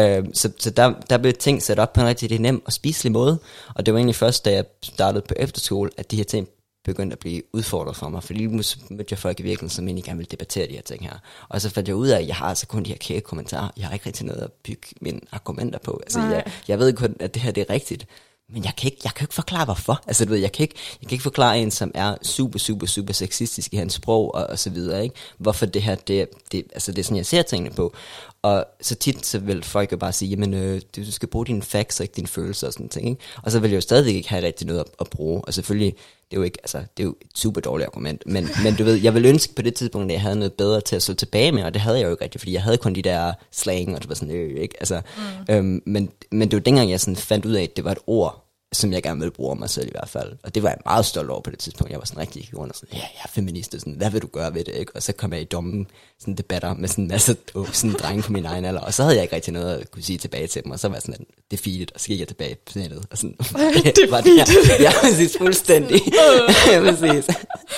så der blev ting sat op på en rigtig nem og spiselig måde, og det var egentlig først, da jeg startede på efterskole, at de her ting begyndte at blive udfordret for mig, fordi nu mødte jeg folk i virkeligheden, som egentlig gerne ville debattere de her ting her. Og så fandt jeg ud af, at jeg har altså kun de her kære kommentarer. Jeg har ikke rigtig noget at bygge mine argumenter på. Altså, jeg ved kun, at det her det er rigtigt, men jeg kan ikke forklare, hvorfor. Altså, du ved, jeg kan ikke forklare en, som er super sexistisk i hans sprog, og så videre, ikke? Hvorfor det her, det er sådan, jeg ser tingene på. Og så tit, så vil folk jo bare sige, jamen, du skal bruge dine facts, og ikke dine følelser, og sådan ting, ikke? Og så vil jeg jo stadig ikke have rigtig noget at bruge, og selvfølgelig, det er jo ikke, altså, det er jo et super dårligt argument, men du ved, jeg vil ønske på det tidspunkt, at jeg havde noget bedre til at slå tilbage med, og det havde jeg jo ikke rigtig, fordi jeg havde kun de der slang, og det var sådan, ikke? Altså, men det var dengang, jeg sådan fandt ud af, at det var et ord, som jeg gerne ville bruge mig selv i hvert fald. Og det var jeg meget stolt over på det tidspunkt. Jeg var sådan rigtig rundt og sådan, ja, jeg er feminist, og sådan, hvad vil du gøre ved det, ikke? Og så kom jeg i dumme sådan debatter med sådan en masse sådan drenge på min egen alder, og så havde jeg ikke rigtig noget at kunne sige tilbage til dem, og så var jeg sådan, defeated, og så gik jeg tilbage på nettet, og sådan, det var det her. Jeg var præcis fuldstændig. Præcis.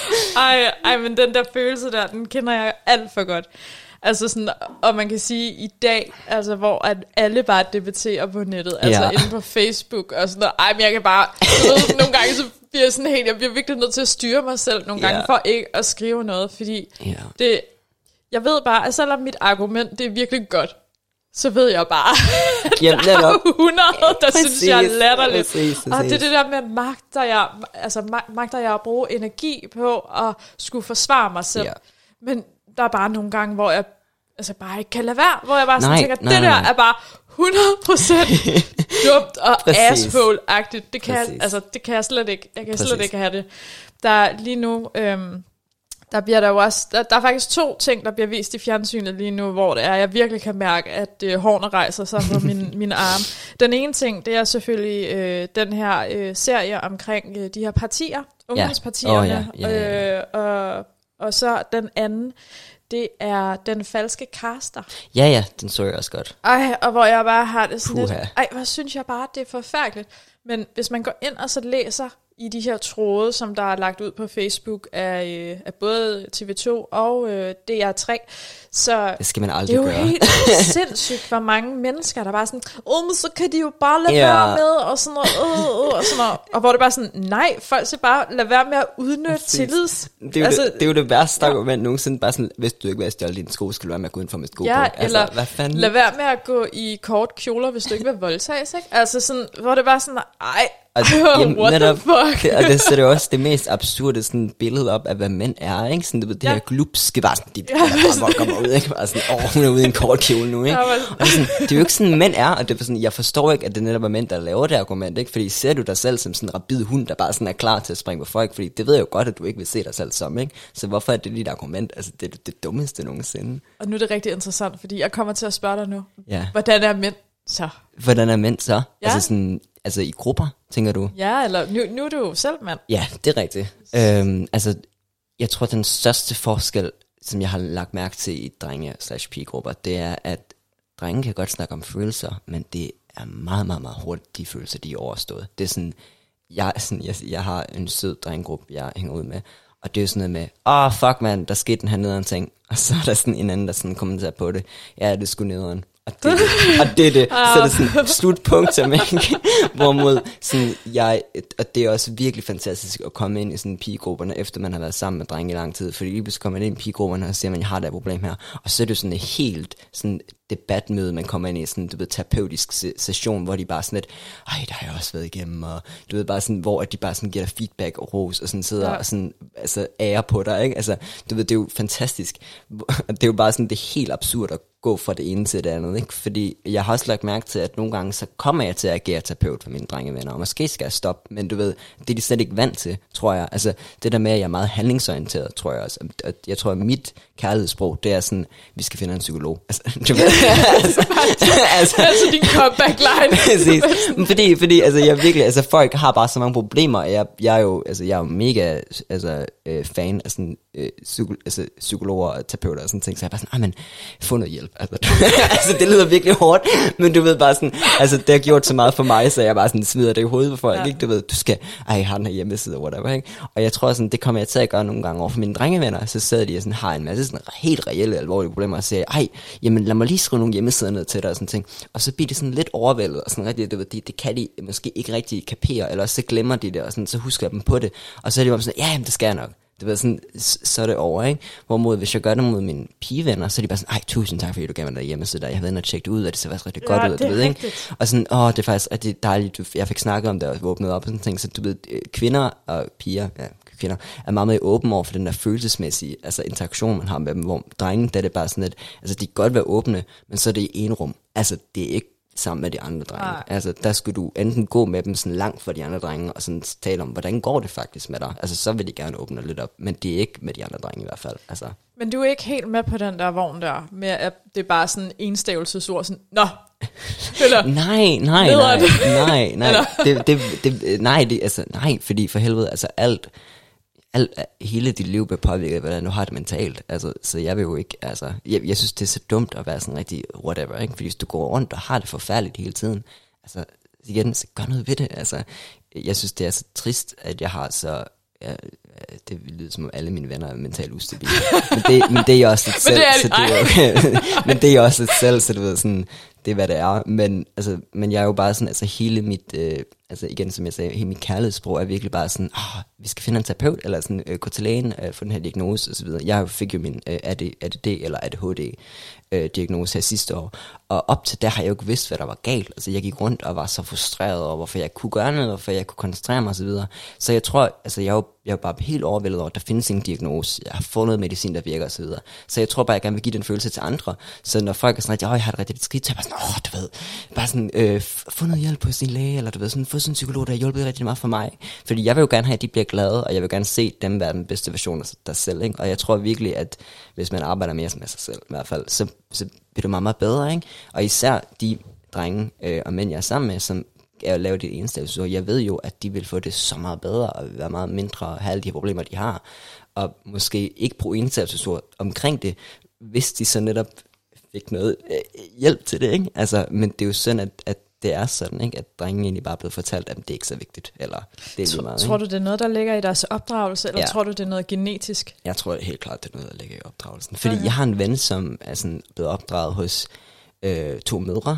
Ej, men den der følelse der, den kender jeg alt for godt. Altså sådan, og man kan sige i dag, altså hvor at alle bare debatterer på nettet, altså inde på Facebook og sådan noget. Ej, men jeg kan bare, nogle gange så bliver jeg sådan helt, jeg bliver virkelig nødt til at styre mig selv nogle gange for ikke at skrive noget, fordi det, jeg ved bare, at selvom mit argument, det er virkelig godt, så ved jeg bare, at der er 100, der synes jeg er latterligt. Og det er det der med, magter jeg at bruge energi på at skulle forsvare mig selv. Men der er bare nogle gange, hvor jeg altså bare ikke kan lade være, hvor jeg bare sådan tænker, det der er bare 100% dumt og asshole-agtigt. Det kan jeg slet ikke. Jeg kan slet ikke have det. Der lige nu, der bliver der jo også, der er faktisk 2 ting, der bliver vist i fjernsynet lige nu, hvor det er, jeg virkelig kan mærke, at hårene rejser sig på mine arme. Den ene ting, det er selvfølgelig den her serie omkring de her partier, ungdomspartierne, og så den anden, det er Den Falske Caster. Ja, den så jeg også godt. Ej, og hvor jeg bare har det sådan lidt, hvor synes jeg bare, det er forfærdeligt. Men hvis man går ind og så læser i de her tråde, som der er lagt ud på Facebook af både TV2 og DR3, så det skal man aldrig gøre. Det er jo helt sindssygt, hvor mange mennesker, der bare sådan, men så kan de jo bare lade være med, og sådan noget, og sådan noget. Og hvor det bare sådan, nej, folk skal bare lade være med at udnytte tillids. Det er jo det værste argument nogensinde, bare sådan, hvis du ikke vil stjæle dine sko, skal du være med at gå ind for med sko på. Altså, eller hvad fanden? Lad være med at gå i kort kjoler, hvis du ikke vil voldtages, ikke? Altså sådan, hvor det bare sådan, what the fuck? Og det sætter også det mest absurde sådan billede op af, hvad mænd er, ikke? Sådan, det her glupske, bare sådan, de bare kommer ud, ikke? Bare sådan, hun er ude i en kort kjole nu, ikke? Og sådan, det er jo ikke sådan, mænd er, og det er sådan, jeg forstår ikke, at det netop er mænd, der laver det argument, ikke? Fordi ser du dig selv som sådan en rabid hund, der bare sådan er klar til at springe på folk, fordi det ved jeg jo godt, at du ikke vil se dig selv som, ikke? Så hvorfor er det dit argument? Altså, det er det dummeste nogensinde. Og nu er det rigtig interessant, fordi jeg kommer til at spørge dig nu. Hvordan er mænd så? Hvordan er mænd så? Altså i grupper, tænker du? Ja, eller nu er du jo selv mand. Ja, det er rigtigt. Altså, jeg tror, den største forskel, som jeg har lagt mærke til i drenge/pigegrupper, det er, at drenge kan godt snakke om følelser, men det er meget, meget, meget hurtigt, de følelser, de er overstået. Det er sådan, jeg har en sød drengegruppe, jeg hænger ud med, og det er jo sådan noget med, fuck man, der skete den her nederen ting, og så er der sådan en anden, der sådan kommenterer på det, ja, det er sgu nederen. Og det er det. Så er det sådan slutpunktum, ikke? Hvorimod sådan, og det er også virkelig fantastisk at komme ind i sådan pigegrupperne, efter man har været sammen med drenge i lang tid, fordi lige pludselig kommer man ind i pigegrupperne, og siger, at jeg har det her problem her, og så er det sådan et helt sådan debatmøde, man kommer ind i, sådan, du ved, terapeutisk session, hvor de bare sådan lidt, der har jeg også været igennem, og du ved, bare sådan, hvor de bare sådan giver dig feedback og ros, og sådan sidder og sådan, altså ære på dig, ikke? Altså, du ved, det er jo fantastisk. Det er jo bare sådan, det er helt absurd at gå fra det ene til det andet, ikke? Fordi jeg har også lagt mærke til, at nogle gange, så kommer jeg til at agere terapeut for mine drengevenner, og måske skal jeg stoppe, men du ved, det er de slet ikke vant til, tror jeg. Altså, det der med, at jeg er meget handlingsorienteret, tror jeg også. Jeg tror, at mit kærlighedssprog, det er sådan, vi skal finde en psykolog. Altså, du ved, altså din comeback line. Præcis. Fordi altså, jeg virkelig, altså, folk har bare så mange problemer, jeg er jo mega fan af sådan, psykologer og terapeuter og sådan ting, så jeg er bare sådan, men få noget hjælp. Altså, det lyder virkelig hårdt, men du ved bare sådan, altså det har gjort så meget for mig, så jeg bare sådan smider det i hovedet på folk, ikke? Du ved, du skal, jeg har den her hjemmeside og whatever, ikke? Og jeg tror sådan, det kommer jeg til at gøre nogle gange over for mine drengevenner, så sidder de og sådan, har en masse sådan helt reelle, alvorlige problemer, og siger, jamen lad mig lige skrive nogle hjemmesider ned til dig og sådan ting. Og så bliver de sådan lidt overvældet, og sådan rigtig, du ved, det kan de måske ikke rigtig kapere, eller så glemmer de det, og sådan, så husker jeg dem på det, og så er de bare sådan, jamen det skal jeg nok. Det var sådan, så er det over, ikke? Hvorimod, hvis jeg gør det mod mine pigevenner, så er de bare sådan, tusind tak, fordi du gav mig der hjemmeside, jeg har været inde og tjekket ud, og det ser faktisk rigtig godt ud, du ved, ikke? Og sådan, det er faktisk rigtig dejligt, jeg fik snakket om det, og åbnet op og sådan ting, så du ved, kvinder og piger, kvinder, er meget mere åbne over for den der følelsesmæssige, altså interaktion, man har med dem, hvor drenge, der er det bare sådan lidt, altså de kan godt være åbne, men så er det i en rum, altså det er ikke sammen med de andre drenge. Altså, der skulle du enten gå med dem sådan langt for de andre drenge, og sådan tale om, hvordan går det faktisk med dig? Altså, så vil de gerne åbne lidt op, men det er ikke med de andre drenge i hvert fald. Altså. Men du er ikke helt med på den der vogn der, med at det er bare sådan enstavelsesord, sådan, nå, eller? Nej, fordi for helvede, altså hele dit liv bliver påvirket, hvordan du har det mentalt. Altså, så jeg vil jo ikke, altså, jeg synes, det er så dumt at være sådan rigtig whatever, ikke? Fordi hvis du går rundt og har det forfærdeligt hele tiden, altså, igen, så gør noget ved det. Altså, jeg synes, det er så trist, at jeg har så, det lyder som om alle mine venner er mentalt ustabile. men det er jeg også lidt selv, så det er okay. Men det er jeg også lidt selv, så du ved sådan, det er hvad det er. Men jeg er jo bare sådan, altså hele mit, altså igen som jeg sagde, hele mit kærlighedssprog er virkelig bare sådan, vi skal finde en terapeut, eller sådan, gå til lægen, få den her diagnose og så videre. Jeg fik jo min ADD eller ADHD diagnose her sidste år, og op til der har jeg jo ikke vidst, hvad der var galt. Altså jeg gik rundt og var så frustreret over, hvorfor jeg kunne gøre noget, hvorfor jeg kunne koncentrere mig og så videre. Så jeg tror, altså jeg er bare helt overvældet over, at der findes ingen diagnose. Jeg har fået noget medicin, der virker og så videre. Så jeg tror bare, jeg gerne vil give den følelse til andre. Så når folk er sådan, at jeg har det rigtig skidt, så er jeg bare sådan, du ved, bare sådan, få noget hjælp på sin læge, eller du ved, sådan, få sådan en psykolog, der har hjulpet rigtig meget for mig. Fordi jeg vil jo gerne have, at de bliver glade, og jeg vil gerne se dem være den bedste version af dig selv, ikke? Og jeg tror virkelig, at hvis man arbejder mere med sig selv, i hvert fald, så bliver det meget, meget bedre, ikke? Og især de drenge og mænd, jeg er sammen med, som er at lave det enstavelsesord, jeg ved jo, at de vil få det så meget bedre, og være meget mindre, og have alle de her problemer, de har, og måske ikke bruge enstavelsesord omkring det, hvis de så netop fik noget hjælp til det, ikke? Altså, men det er jo sådan, at det er sådan, ikke? At drengen egentlig bare er blevet fortalt, at det er ikke så vigtigt, eller det er lige meget. Tror du, det er noget, der ligger i deres opdragelse, eller tror du, det er noget genetisk? Jeg tror helt klart, det er noget, der ligger i opdragelsen. Fordi jeg har en ven, som er sådan blevet opdraget hos 2 mødre,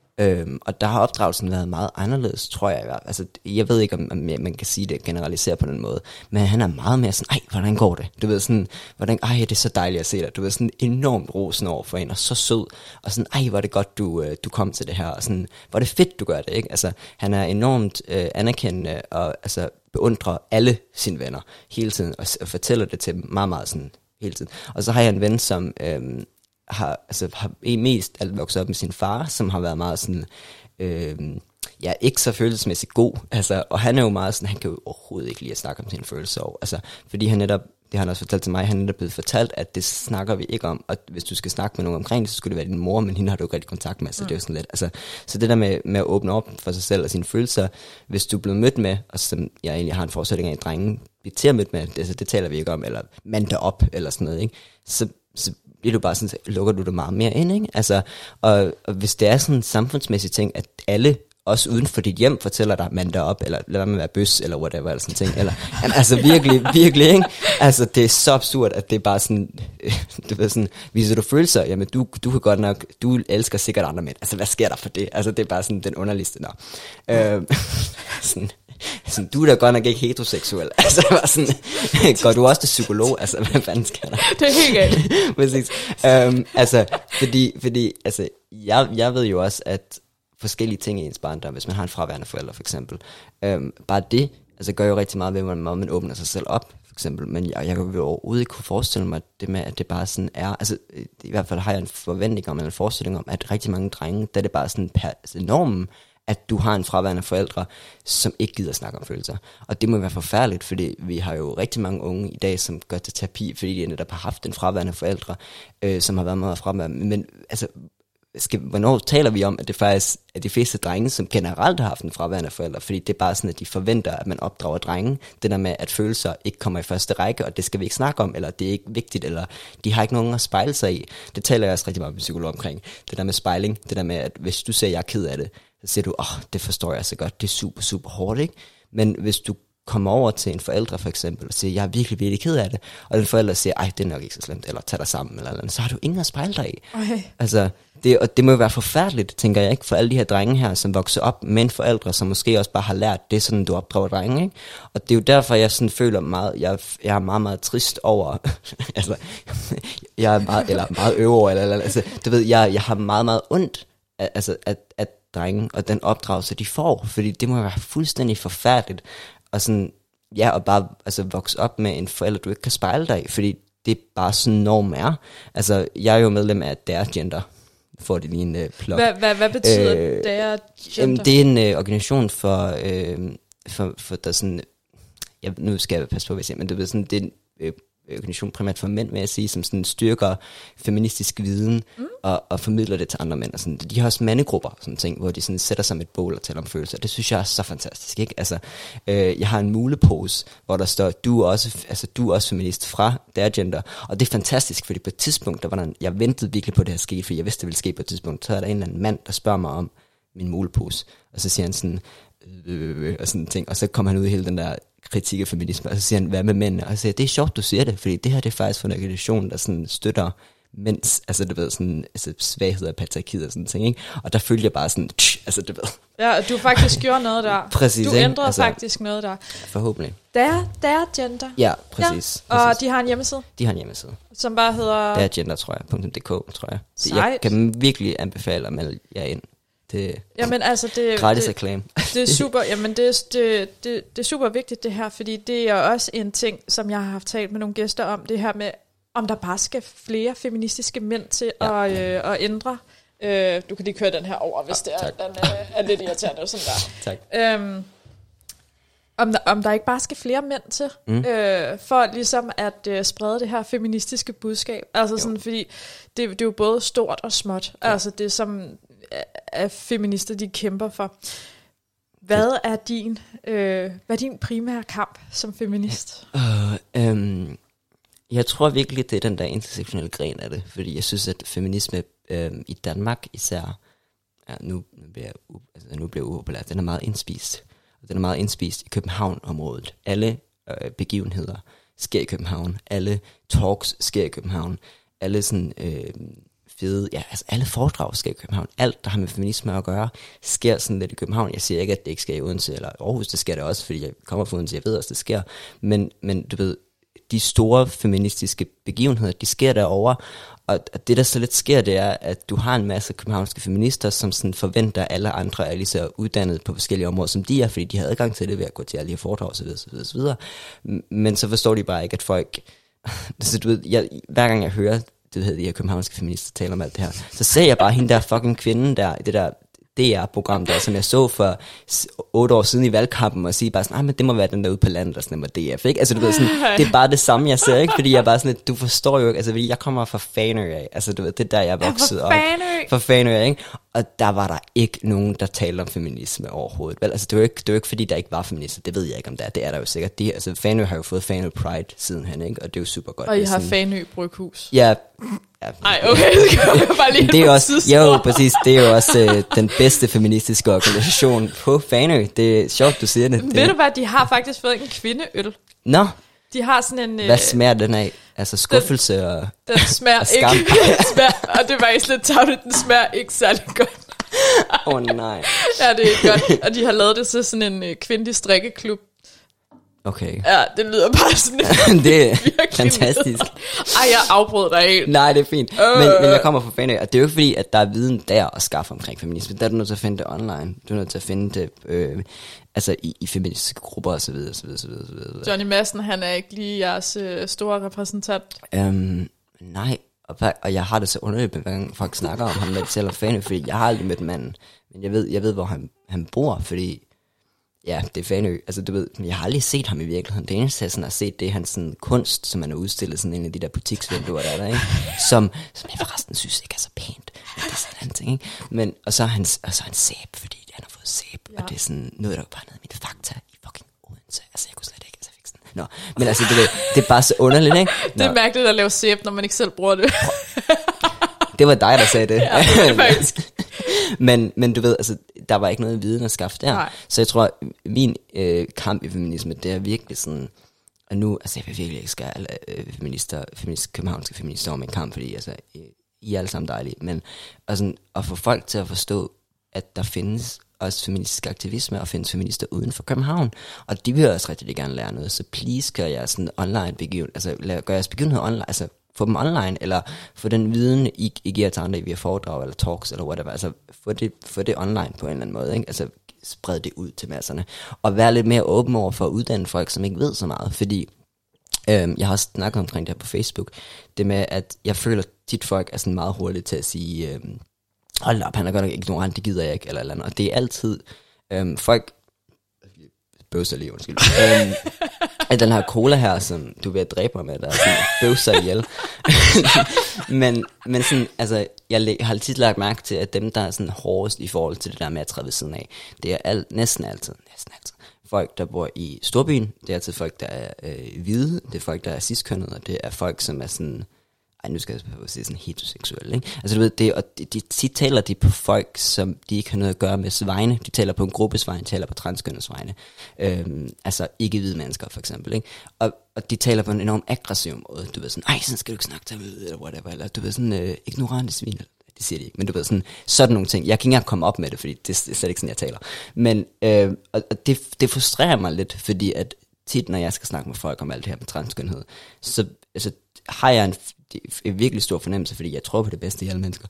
og der har opdragelsen været meget anderledes, tror jeg. Altså, jeg ved ikke, om man kan sige det, generalisere på den måde, men han er meget mere sådan, hvordan går det? Du ved sådan, det er så dejligt at se dig. Du ved sådan enormt rosen over for en, og så sød, og sådan, hvor er det godt, du kom til det her, og sådan, hvor er det fedt, du gør det, ikke? Altså, han er enormt anerkendende, og altså, beundrer alle sine venner hele tiden, og fortæller det til dem meget, meget sådan hele tiden. Og så har jeg en ven, som har mest alt vokset op med sin far, som har været meget sådan, ikke så følelsesmæssigt god, altså, og han er jo meget sådan, han kan jo overhovedet ikke lide at snakke om sine følelser over, altså, fordi han netop, det har han også fortalt til mig, han er netop blevet fortalt, at det snakker vi ikke om, og hvis du skal snakke med nogen omkring det, så skulle det være din mor, men hende har du ikke rigtig kontakt med, så det er jo sådan lidt, altså, så det der med at åbne op for sig selv og sine følelser, hvis du er blevet mødt med, og som jeg egentlig har en forudsætning af, at drengen bliver til at mødt med, det taler vi ikke om, eller mand derop, eller sådan noget, ikke, så bliver du bare sådan, så lukker du det meget mere ind, ikke? Altså, og hvis det er sådan en samfundsmæssig ting, at alle også uden for dit hjem fortæller dig, mand derop, eller lad være med at være bøs, eller whatever, eller sådan ting, eller, jamen, altså virkelig, ikke? Altså, det er så absurd, at det er bare sådan, du ved sådan, viser du følelser, jamen, du kan godt nok, du elsker sikkert andre mænd, altså, hvad sker der for det? Altså, det er bare sådan den underligste, sådan, du er da godt nok ikke heteroseksuel, altså, bare sådan, går du også til psykolog, altså, hvad fanden sker der? Det er helt galt. Præcis, altså, fordi, altså, jeg ved jo også, at forskellige ting i ens barndom, hvis man har en fraværende forælder for eksempel. Bare det, altså gør jo rigtig meget ved, hvordan man åbner sig selv op, for eksempel. Men jeg kan jo overhovedet ikke kunne forestille mig det med, at det bare sådan er, altså i hvert fald har jeg en forventning om, eller en forestilling om, at rigtig mange drenge, der er det bare sådan normen, at du har en fraværende forældre, som ikke gider snakke om følelser. Og det må være forfærdeligt, fordi vi har jo rigtig mange unge i dag, som går til terapi, fordi de netop har haft en fraværende forældre, som har været meget fraværende. Men altså, hvornår taler vi om, at det faktisk er de fleste drenge, som generelt har haft en fraværende forældre, fordi det er bare sådan, at de forventer, at man opdrager drenge, det der med, at følelser ikke kommer i første række, og det skal vi ikke snakke om, eller det er ikke vigtigt, eller de har ikke nogen at spejle sig i. Det taler jeg også rigtig meget med psykolog omkring. Det der med spejling, det der med, at hvis du siger, at jeg er ked af det, så siger du, det forstår jeg så godt, det er super, super hårdt, ikke? Men hvis du kommer over til en forældre for eksempel, og siger, jeg er virkelig, virkelig ked af det, og den forældre siger, ej, det er nok ikke så slemt, eller tag dig sammen, eller så har du ingen at spejle dig i. Okay. Altså, det må jo være forfærdeligt, tænker jeg, ikke, for alle de her drenge her, som vokser op med en forældre, som måske også bare har lært det, sådan du opdrager drenge, ikke? Og det er jo derfor, jeg sådan føler meget, jeg er meget, meget trist over, altså, jeg er meget øver, eller altså, du ved, jeg har meget, meget ondt, altså, at drenge, og den opdragelse, de får, fordi det må jo være fuldstændig forfærdeligt, og sådan, ja, og bare altså, vokse op med en forælder, du ikke kan spejle dig i, fordi det er bare sådan norm er. Altså, jeg er jo medlem af deres gender, får det lige en plug. Hvad betyder deres gender? Det er en organisation for der sådan, nu skal jeg passe på, hvad jeg siger, men det er sådan, det er en organisation primært for mænd, vil jeg sige, som sådan styrker feministisk viden og formidler det til andre mænd. Og sådan. De har også mandegrupper, sådan ting, hvor de sådan sætter sig med et bål og taler om følelser. Det synes jeg er så fantastisk, ikke? Altså, jeg har en mulepose, hvor der står, du er også feminist fra der gender. Og det er fantastisk, fordi på et tidspunkt, jeg ventede virkelig på, det her ske, fordi jeg vidste, det ville ske på et tidspunkt. Så er der en eller anden mand, der spørger mig om min mulepose, og så siger han sådan, og sådan ting, og så kommer han ud i hele den der kritik af feminisme, og så siger han, hvad med mænd? Og jeg siger, det er sjovt, du siger det, fordi det her det er faktisk for en organisation, der sådan støtter mænds, altså du ved, sådan, altså svaghed og patriarkiet og sådan ting, ikke? Og der følte jeg bare sådan, altså du ved. Ja, du faktisk gjorde noget der. Præcis, du ændrede altså, faktisk noget der. Forhåbentlig. Der gender. Ja, præcis. Ja. Og de har en hjemmeside? De har en hjemmeside. Som bare hedder? Dergender, tror jeg, .dk, tror jeg. Jeg kan virkelig anbefale at melde jer ind. Jamen altså det gratis reklame. Det er super. Jamen det er super vigtigt det her, fordi det er også en ting, som jeg har haft talt med nogle gæster om, det her med, om der bare skal flere feministiske mænd til at ændre. Du kan lige køre den her over, hvis det er, den er lidt irriterende sådan der. Tak. Om der ikke bare skal flere mænd til, for ligesom at sprede det her feministiske budskab. Altså sådan, fordi det er jo både stort og småt. Ja. Altså det som af feminister, de kæmper for. Hvad er din primære kamp som feminist? Jeg tror virkelig, det er den der intersektionelle gren af det, fordi jeg synes, at feminisme i Danmark især, nu bliver jeg upopulær, den er meget indspist. Og den er meget indspist i København-området. Alle begivenheder sker i København. Alle talks sker i København. Alle sådan fede, alle foredrag sker i København. Alt, der har med feminisme at gøre, sker sådan lidt i København. Jeg siger ikke, at det ikke sker i Odense eller Aarhus, det sker det også, fordi jeg kommer fra Odense, jeg ved også, det sker. Men du ved, de store feministiske begivenheder, de sker derovre, og det der så lidt sker, det er, at du har en masse københavnske feminister, som sådan forventer, at alle andre er lige så uddannet på forskellige områder, som de er, fordi de har adgang til det ved at gå til alle de her foredrag osv. Men så forstår de bare ikke, at folk, så du ved, hver gang jeg hører, det hedder de her københavnske feminister taler om alt det her, så ser jeg bare hende der fucking kvinde der, det der DR-program der, som jeg så for 8 år siden i valgkampen, og sige bare sådan, men det må være den der ude på landet, der stemmer DF, ikke? Altså du ved sådan, det er bare det samme, jeg ser, ikke? Fordi jeg er bare sådan, du forstår jo ikke, altså fordi jeg kommer fra Fanø af, altså du ved, det der jeg er vokset op. Fra Fanø, ikke? Og der var der ikke nogen, der talte om feminisme overhovedet, vel? Altså det var jo ikke fordi, der ikke var feminister, det ved jeg ikke om det er der jo sikkert. Altså Fanø har jo fået Fanø Pride sidenhen, ikke? Og det er jo super godt. Og I har Fanø Bryghus. Ja, Nej, okay, det kan jeg bare lige det er også, jo, præcis, det er jo også den bedste feministiske organisation på Fanø. Det er sjovt, du siger det. Ved du hvad, de har faktisk fået en kvindeøl. Nå. De har sådan en... Hvad smager den af? Altså skuffelse og den smager skam. ikke, og det var faktisk lidt tavligt, den smager ikke særlig godt. Nej. Ja, det er ikke godt. Og de har lavet det til sådan en kvindelig strikkeklub. Okay. Ja, det lyder bare sådan det er fantastisk. Ej, jeg afbrød dig helt. Nej, det er fint. Men jeg kommer fra Fanø, og det er jo ikke fordi, at der er viden der at skaffe omkring feminisme. Der er du nødt til at finde det online. Du er nødt til at finde det altså i feministiske grupper og så videre, så videre. Johnny Madsen, han er ikke lige jeres store repræsentant. Nej, og jeg har det så underligt, hver gang folk snakker om ham, når de selv er Fanø, fordi jeg har aldrig mødt manden. Men jeg ved hvor han bor, fordi ja, det er Fanø. Altså, du ved, jeg har aldrig set ham i virkeligheden. Det eneste, jeg sådan har set, det er hans sådan, kunst, som han har udstillet sådan en af de der butiksvinduer, der ikke? Som jeg forresten synes ikke er så pænt. Men det er sådan en ting, ikke? Men, og så er han sæb, fordi han har fået sæb. Ja. Og det er sådan noget, der var bare nede i mine fakta i fucking Odense. Altså, jeg kunne slet ikke, fik sådan. Nå, men altså, det er bare så underligt, ikke? Det er mærkeligt at lave sæb, når man ikke selv bruger det. Det var dig, der sagde det. Ja, det er faktisk. men du ved, altså, der var ikke noget viden at skaffe der. Nej. Så jeg tror, min kamp i feminisme, det er virkelig sådan, og nu, altså jeg vil virkelig ikke skære alle københavnske feminister over min kamp, fordi altså, I er alle sammen dejlige, men at få folk til at forstå, at der findes også feministisk aktivisme, og findes feminister uden for København, og de vil også rigtig gerne lære noget, så please gør jeg sådan online gør jeres begivenhed online, altså få dem online, eller få den viden, I giver til andre via foredrag, eller talks, eller whatever, altså få det online på en eller anden måde, ikke? Altså spred det ud til masserne, og være lidt mere åben over for at uddanne folk, som ikke ved så meget, fordi jeg har også snakket omkring det her på Facebook, det med, at jeg føler tit folk er sådan meget hurtigt til at sige, hold op, han er godt nok ignorant, det gider jeg ikke, eller andet, og det er altid folk, bøvser lige, undskyld. Den her cola her, som du er ved at dræbe mig med, der er sådan bøvser ihjel. men sådan, altså, jeg har tit lagt mærke til, at dem, der er sådan hårdest i forhold til det der med at træde ved siden af, det er næsten altid folk, der bor i storbyen, det er altid folk, der er hvide, det er folk, der er cis-kønnede, og det er folk, som er sådan, nu skal jeg sige sådan heteroseksuelle, ikke? Altså du ved, de taler de på folk, som de ikke har noget at gøre med vegne. De taler på en gruppes vegne, de taler på transkønnes vegne. Altså ikke hvide mennesker, for eksempel, ikke? Og de taler på en enorm aggressiv måde. Du ved sådan, ej, sådan skal du ikke snakke til mig, eller whatever. Eller du ved sådan, ignorante svin, det siger de ikke. Men du ved sådan nogle ting. Jeg kan ikke engang komme op med det, fordi det er slet ikke sådan, jeg taler. Men og det frustrerer mig lidt, fordi at tit, når jeg skal snakke med folk om alt det her med transkønhed, så altså, har jeg en virkelig stor fornemmelse, fordi jeg tror på det bedste i alle mennesker,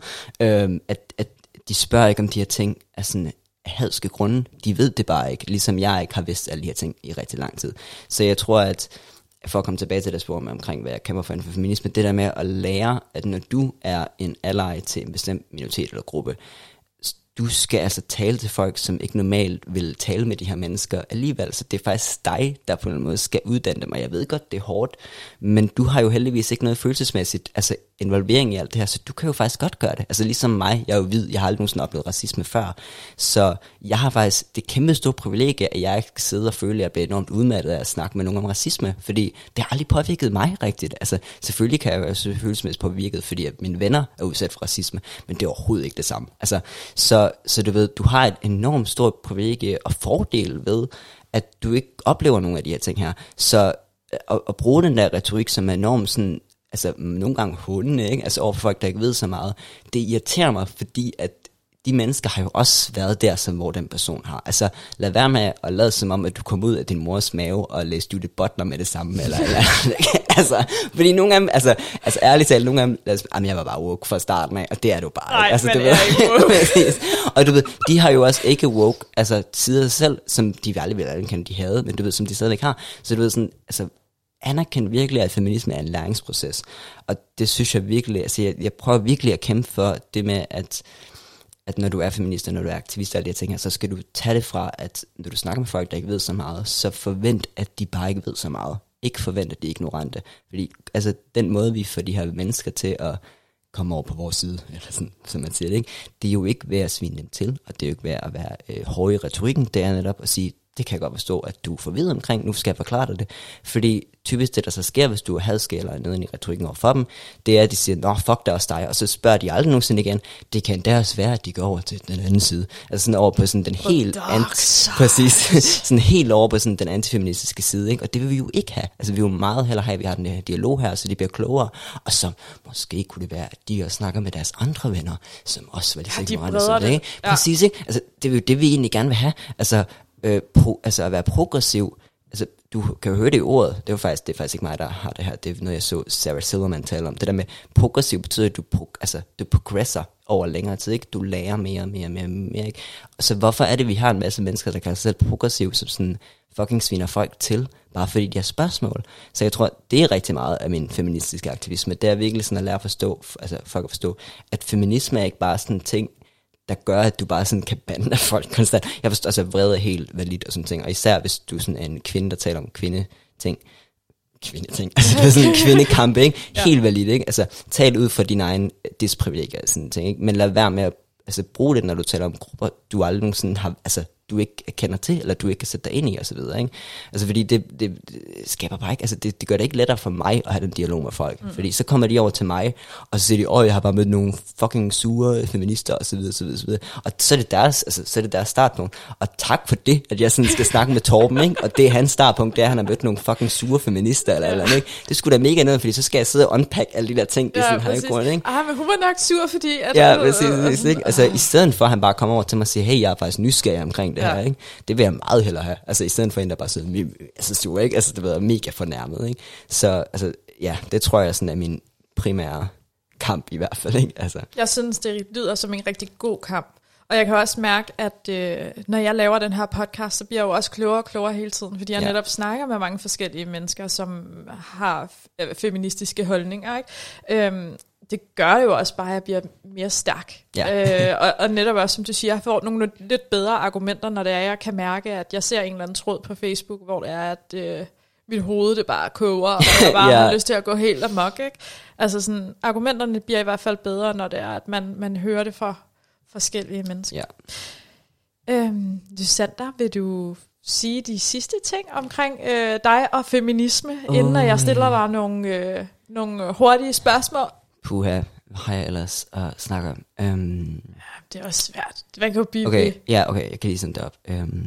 at de spørger ikke om de her ting af sådan hadske grunde. De ved det bare ikke, ligesom jeg ikke har vidst alle de her ting i rigtig lang tid. Så jeg tror, at for at komme tilbage til det spor med omkring, hvad jeg kæmper for inden for feminisme, det der med at lære, at når du er en ally til en bestemt minoritet eller gruppe, du skal altså tale til folk, som ikke normalt vil tale med de her mennesker alligevel, så det er faktisk dig, der på en måde skal uddanne dem, og jeg ved godt, det er hårdt, men du har jo heldigvis ikke noget følelsesmæssigt, altså involvering i alt det her, så du kan jo faktisk godt gøre det, altså ligesom mig, jeg er jo hvid, jeg har aldrig nogensinde oplevet racisme før, så jeg har faktisk det kæmpe store privilegie, at jeg ikke sidder og føler, at jeg bliver enormt udmattet af at snakke med nogen om racisme, fordi det har aldrig påvirket mig rigtigt, altså selvfølgelig kan jeg jo være følelsesmæssigt påvirket, fordi at mine venner er udsat for racisme, men det er overhovedet ikke det samme, altså så du ved, du har et enormt stort privilegie og fordel ved, at du ikke oplever nogle af de her ting her. Så at bruge den der retorik, som er enormt sådan, altså nogle gange hundene, ikke? Altså overfor folk, der ikke ved så meget, det irriterer mig, fordi at de mennesker har jo også været der, som hvor den person har. Altså, lad være med at lade som om, at du kom ud af din mors mave og læste Judith Butler med det samme, eller altså, fordi nogle af dem, altså ærligt talt, nogle af dem, jamen jeg var bare woke fra starten af, og det er du bare. Nej, altså, men du ved, og du ved, de har jo også ikke woke, altså sider selv, som de aldrig ville anerkende, de havde, men du ved, som de stadigvæk har. Så du ved sådan, altså, anerkende virkelig, at feminisme er en læringsproces. Og det synes jeg virkelig, altså jeg prøver virkelig at kæmpe for det med, at når du er feminist, og når du er aktivist og alle de her ting her, så skal du tage det fra, at når du snakker med folk, der ikke ved så meget, så forvent, at de bare ikke ved så meget. Ikke forvent, at de er ignorante. Fordi altså, den måde, vi får de her mennesker til at komme over på vores side, eller sådan, som man siger det, ikke? Det er jo ikke ved at svine dem til, og det er jo ikke ved at være hård i retorikken, det er netop at sige, det kan jeg godt forstå, at du er forvirret omkring, nu skal jeg forklare dig det. Fordi typisk det, der så sker, hvis du er hadsk eller nede i retorikken over for dem, det er, at de siger, nå, fuck, der er også dig, og så spørger de aldrig nogensinde igen. Det kan endda også være, at de går over til den anden side. Altså sådan over på sådan den helt præcis, sådan helt over på sådan den antifeministiske side, ikke? Og det vil vi jo ikke have. Altså vi vil jo meget hellere have, at vi har den her dialog her, så de bliver klogere, og så måske kunne det være, at de også snakker med deres andre venner, som også var lige så ignorante, ikke? Præcis, ikke? Altså det er jo det, vi egentlig gerne vil have. Altså at være progressiv, altså du kan jo høre det i ordet, det er faktisk ikke mig, der har det her, det er noget, jeg så Sarah Silverman tale om. Det der med progressiv betyder, at du progresser over længere tid, ikke? Du lærer mere, ikke? Så hvorfor er det, vi har en masse mennesker, der kalder sig selv progressiv, som sådan fucking sviner folk til, bare fordi de har spørgsmål? Så jeg tror, det er rigtig meget af min feministiske aktivisme, det er virkelig sådan at lære at forstå, altså folk at forstå, at feminisme er ikke bare sådan en ting, der gør, at du bare sådan kan bande af folk konstant. Jeg forstår, altså vrede er helt validt og sådan ting, og især hvis du sådan er en kvinde, der taler om kvindeting, altså det er sådan en kvindekamp, ikke? Helt validt, ikke? Altså tal ud fra din egen disprivilegier og sådan ting, ikke? Men lad være med at bruge det, når du taler om grupper, du aldrig nogensinde har, altså du ikke kender til, eller du ikke kan sætte dig ind i, og så videre, ikke? Altså fordi det skaber bare ikke, altså det gør det ikke lettere for mig at have den dialog med folk, fordi så kommer de over til mig, og så siger de, jeg har bare mødt nogle fucking sure feminister, og så videre, så videre. Og så er det deres startpunkt, og tak for det, at jeg sådan skal snakke med Torben, ikke? Og det er hans startpunkt, det er, at han har mødt nogle fucking sure feminister, eller andet, ikke? Det skulle da mega noget, fordi så skal jeg sidde og unpack alle de der ting, det er sådan, har ikke grund, ikke? Men hun var nok sur, fordi at ja, præcis, ikke? Altså i stedet for, at han bare kommer over til mig og siger, hey, jeg er faktisk nysgerrig omkring det her, ikke? Det vil jeg meget hellere have. Altså i stedet for en, der bare sidder sur, ikke? Altså det var mega fornærmet, ikke? Så altså, ja, det tror jeg sådan er min primære kamp i hvert fald, ikke? Altså. Jeg synes, det lyder som en rigtig god kamp. Og jeg kan også mærke, at når jeg laver den her podcast, så bliver jeg jo også klogere og klogere hele tiden, fordi jeg netop snakker med mange forskellige mennesker, som har feministiske holdninger, ikke? Det gør jo også bare, at jeg bliver mere stærk. Ja. Og netop også, som du siger, jeg får nogle lidt bedre argumenter, når det er, jeg kan mærke, at jeg ser en eller anden tråd på Facebook, hvor det er, at mit hoved det bare koger, og jeg bare har lyst til at gå helt amok, ikke? Altså sådan, argumenterne bliver i hvert fald bedre, når det er, at man hører det fra forskellige mennesker. Ja. Sander, vil du sige de sidste ting omkring dig og feminisme, inden jeg stiller dig nogle hurtige spørgsmål? Puha, hvad har jeg ellers at snakke om? Det er også svært. Hvad kan jo blive? Okay, jeg kan lige sådan det op.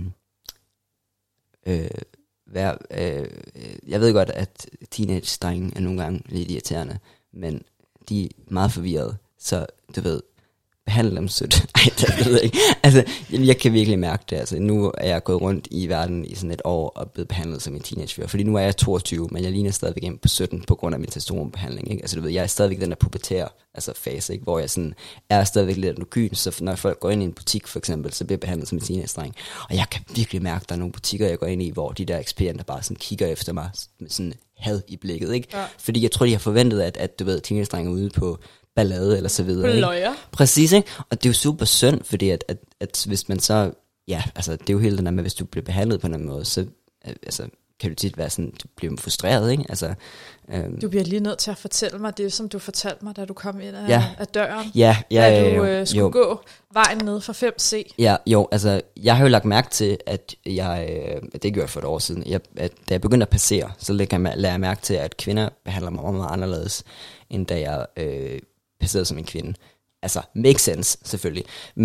Jeg ved godt, at teenage-drenge er nogle gange lidt irriterende, men de er meget forvirrede, så du ved, behandle dem sødt. Ej, det ved jeg ikke. Altså, jeg kan virkelig mærke det. Altså, nu er jeg gået rundt i verden i sådan et år og blevet behandlet som en teenagefyr. Fordi nu er jeg 22, men jeg ligner stadigvæk ind på 17 på grund af min testosteronbehandling, ikke? Altså, du ved, jeg er stadigvæk den der pubertære fase, ikke? Hvor jeg sådan er stadigvæk lidt androgyn, så når folk går ind i en butik for eksempel, så bliver jeg behandlet som en teenage-dreng. Og jeg kan virkelig mærke, at der er nogle butikker, jeg går ind i, hvor de der ekspedienter bare sådan kigger efter mig med sådan had i blikket, ikke? Ja. Fordi jeg tror, de har forventet, at du ved, teenage-drenge er ude på ballade eller så videre. Præcis, ikke? Og det er jo super synd, fordi at hvis man så, ja, altså det er jo helt den der med, hvis du bliver behandlet på en måde, så altså, kan du tit være sådan, du bliver frustreret, ikke? Altså, du bliver lige nødt til at fortælle mig det, som du fortalte mig, da du kom ind af døren. Da du skulle gå vejen ned fra 5C. Ja, jo, altså, jeg har jo lagt mærke til, at det gjorde jeg for et år siden, da jeg begyndte at passere, så lader jeg mærke til, at kvinder behandler mig meget anderledes, end da jeg passerede som en kvinde. Altså, makes sense, selvfølgelig.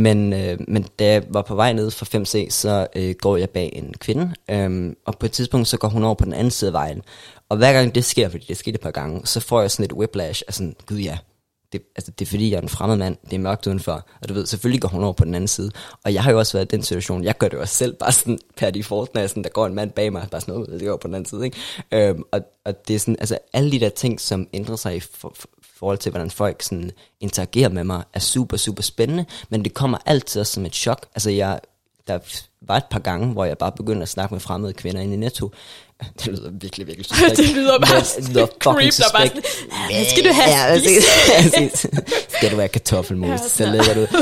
Men da jeg var på vej ned fra 5C, så går jeg bag en kvinde, og på et tidspunkt, så går hun over på den anden side af vejen. Og hver gang det sker, fordi det skete et par gange, så får jeg sådan et whiplash af sådan, gud ja, det er fordi, jeg er en fremmed mand, det er mørkt udenfor, og du ved, selvfølgelig går hun over på den anden side. Og jeg har jo også været i den situation, jeg gør det jo også selv, bare sådan per default, når der går en mand bag mig, bare sådan, det går på den anden side, ikke? Og det er sådan, altså alle de der ting, som ændrer sig i forhold til, hvordan folk sådan interagerer med mig, er super, super spændende, men det kommer altid også som et chok. Altså der var et par gange, hvor jeg bare begyndte at snakke med fremmede kvinder inde i Netto. Det lyder virkelig, virkelig suspekt. Det lyder bare creep, der bare sådan, skal du have skal du være kartoffelmos, så lægger du.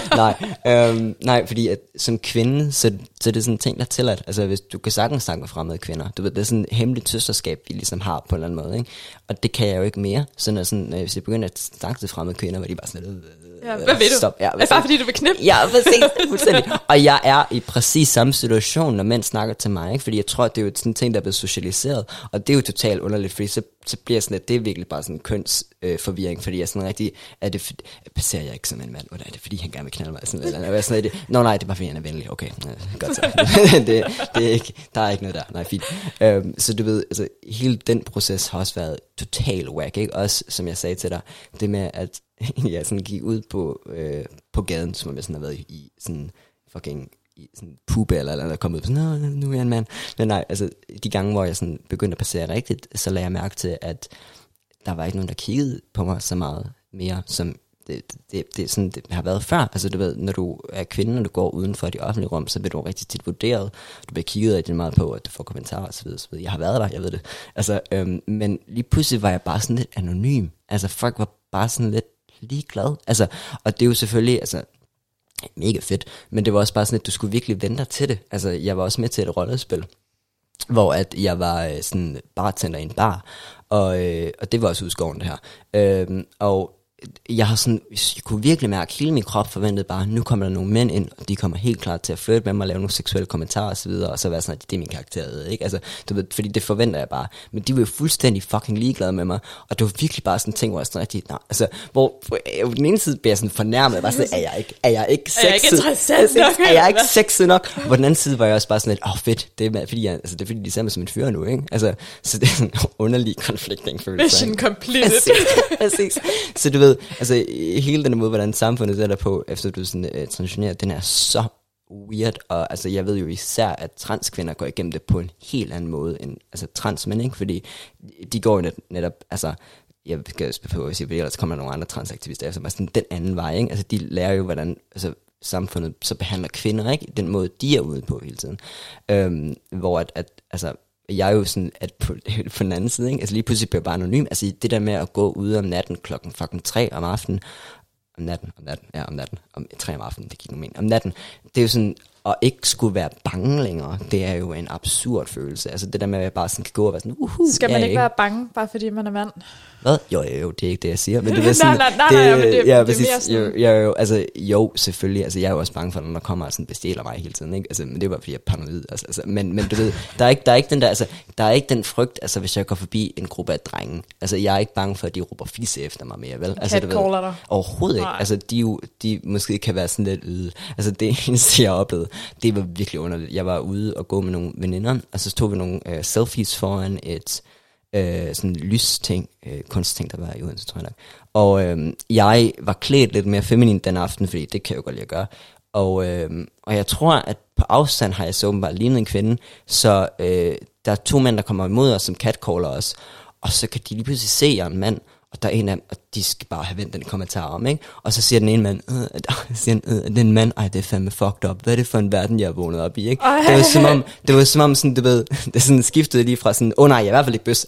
Nej, fordi at, som kvinde, så er det sådan en ting, der tilladt. Altså hvis du kan sagtens snakke med fremmede kvinder, du ved, det er sådan et hemmeligt søsterskab, vi ligesom har på en eller anden måde, ikke? Og det kan jeg jo ikke mere. Så når sådan, hvis jeg begynder at snakke til fremmede kvinder, hvor de bare sådan, Ja, hvad ved du? Stop. Ja, er det bare fordi, du vil knippe? Ja, præcis. Fuldstændig. Og jeg er i præcis samme situation, når mænd snakker til mig, ikke? Fordi jeg tror, det er jo sådan en ting, der er blevet socialiseret, og det er jo totalt underligt, fordi så bliver sådan, at det er virkelig bare sådan en kønsforvirring, fordi jeg er sådan rigtig, passerer jeg ikke som en mand, eller er det fordi, han gerne vil knalde mig, eller sådan det. Nå nej, det er bare fordi, han er venlig, okay, godt så. det er ikke, der er ikke noget der, nej, fint. Så du ved, altså, hele den proces har også været total whack, ikke? Også, som jeg sagde til dig, det med, at jeg sådan gik ud på gaden, som om jeg sådan har været i sådan fucking i sådan pube eller kommet ud på sådan, nu er jeg en mand. Men nej, altså de gange, hvor jeg sådan begyndte at passere rigtigt, så lagde jeg mærke til, at der var ikke nogen, der kiggede på mig så meget mere, som det, sådan, det har været før. Altså du ved, når du er kvinde, når du går uden for de offentlige rum, så bliver du rigtig tit vurderet. Du bliver kigget rigtig meget på, at du får kommentarer og så videre. Jeg har været der, jeg ved det. Altså, men lige pludselig var jeg bare sådan lidt anonym. Altså folk var bare sådan lidt ligeglad. Altså, og det er jo selvfølgelig, altså, mega fedt, men det var også bare sådan, at du skulle virkelig vente dig til det. Altså, jeg var også med til et rollespil, hvor at jeg var sådan bartender i en bar, og det var også udskoven det her. Og jeg har sådan, jeg kunne virkelig mærke, hele min krop forventede bare, nu kommer der nogle mænd ind, og de kommer helt klart til at flirte med mig, og lave nogle seksuelle kommentarer og så videre, og så være sådan, at det er min karakter, ikke? Altså, du ved, fordi det forventer jeg bare. Men de var jo fuldstændig fucking ligeglade med mig, og det var virkelig bare sådan en ting, hvor jeg sådan rigtig, nej, altså, hvor på den ene side bliver jeg sådan fornærmet, bare sådan, er jeg ikke sexet? Er jeg ikke sexet nok? Og på den anden side var jeg også bare sådan lidt, fedt, det er fordi, det er fordi, de ser mig som en fyr nu, ikke? Altså, så det er sådan en underlig konflikting følelse. Mission completed. Præcis. Så du ved, altså hele den måde, hvordan samfundet sætter på, efter du sådan transitionerer, den er så weird, og altså jeg ved jo især, at transkvinder går igennem det på en helt anden måde end altså transmænd, ikke? Fordi de går jo netop, altså jeg skal på at sige, fordi ellers kommer der nogle andre transaktivister, altså bare sådan den anden vej, ikke? Altså de lærer jo, hvordan altså samfundet så behandler kvinder, ikke? Den måde, de er ude på hele tiden. Hvor at altså jeg er jo sådan, at på den anden side, ikke? Altså lige pludselig bliver jeg bare anonym. Altså det der med at gå ude om natten klokken fucking 3 om aftenen, om natten, 3 om aftenen, det giver nogen mening, om natten, det er jo sådan, at ikke skulle være bange længere, det er jo en absurd følelse. Altså det der med, at jeg bare sådan kan gå og være sådan, skal man ikke være bange, bare fordi man er mand? Hvad? Jo, det er ikke det, jeg siger. Men det er sådan, nej, men det er mere sådan. Jo, selvfølgelig. Altså, jeg er jo også bange for, når der kommer sådan bestjæler mig hele tiden, ikke? Altså, men det er bare, fordi jeg er paranoid. Altså, men du ved, der er ikke den der, altså, der er ikke den frygt, altså, hvis jeg går forbi en gruppe af drenge. Altså, jeg er ikke bange for, at de råber fisse efter mig mere, vel? Altså, catcaller dig? Overhovedet ikke. Nej. Altså, de måske kan være sådan lidt yde. Altså, det eneste, jeg oplevede, det var virkelig underligt. Jeg var ude og gå med nogle veninder, og så tog vi nogle selfies foran et sådan lysting, kunstting, der var i Odense, tror jeg nok. Og jeg var klædt lidt mere feminin den aften, fordi det kan jeg jo godt lide at gøre. Og jeg tror, at på afstand har jeg så åbenbart lignet en kvinde, så der er 2 mænd, der kommer imod os, som catcaller os, og så kan de lige pludselig se, at jeg er en mand, og der er en af dem, og de skal bare have vendt den kommentar om, ikke? Og så siger den ene mand, det er en mand, det er fandme fucked up. Hvad er det for en verden, jeg er vågnet op i, ikke? Det var som om sådan, du ved, det sådan skiftede lige fra sådan, nej, jeg er i hvert fald ikke bøs.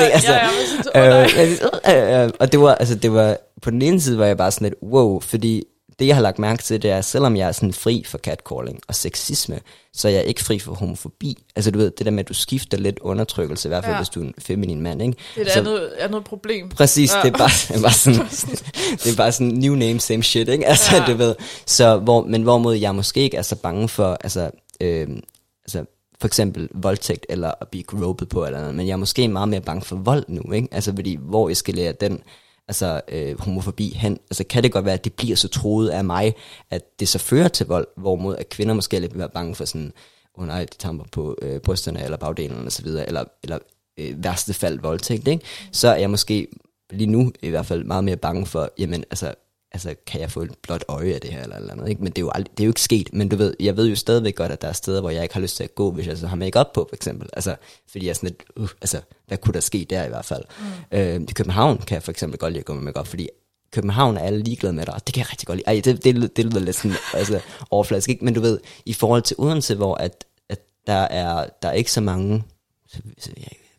Og det var, på den ene side var jeg bare sådan lidt, wow, fordi det jeg har lagt mærke til, det er, selvom jeg er sådan fri for catcalling og sexisme, så er jeg ikke fri for homofobi. Altså du ved, det der med, at du skifter lidt undertrykkelse, i hvert fald hvis du er en feminin mand, ikke? Det er et andet problem. Præcis, det er bare sådan, new name, same shit, ikke? Altså du ved, så, men hvorimod jeg måske ikke er så bange for, altså for eksempel voldtægt, eller at blive gropet på, eller noget, men jeg er måske meget mere bange for vold nu, ikke? Altså fordi, hvor eskalerer den homofobi hen, altså kan det godt være, at det bliver så troet af mig, at det så fører til vold, hvorimod at kvinder måske er lidt være bange for sådan, nej, de tamper på brysterne, eller bagdelen, og så videre, eller værste fald voldtægt, ikke? Så er jeg måske lige nu i hvert fald meget mere bange for, jamen, altså kan jeg få et blåt øje af det her, eller andet, ikke? Men det er jo ikke sket, men du ved, jeg ved jo stadigvæk godt, at der er steder, hvor jeg ikke har lyst til at gå, hvis jeg så har make-up på, for eksempel, altså, fordi jeg er sådan lidt, hvad kunne der ske der i hvert fald? I København kan jeg for eksempel godt lide at gå med make-up, fordi København er alle ligeglade med dig, og det kan jeg rigtig godt lide. Det lyder lidt sådan, overfladisk, ikke? Men du ved, i forhold til Odense, hvor at der er ikke så mange, så jeg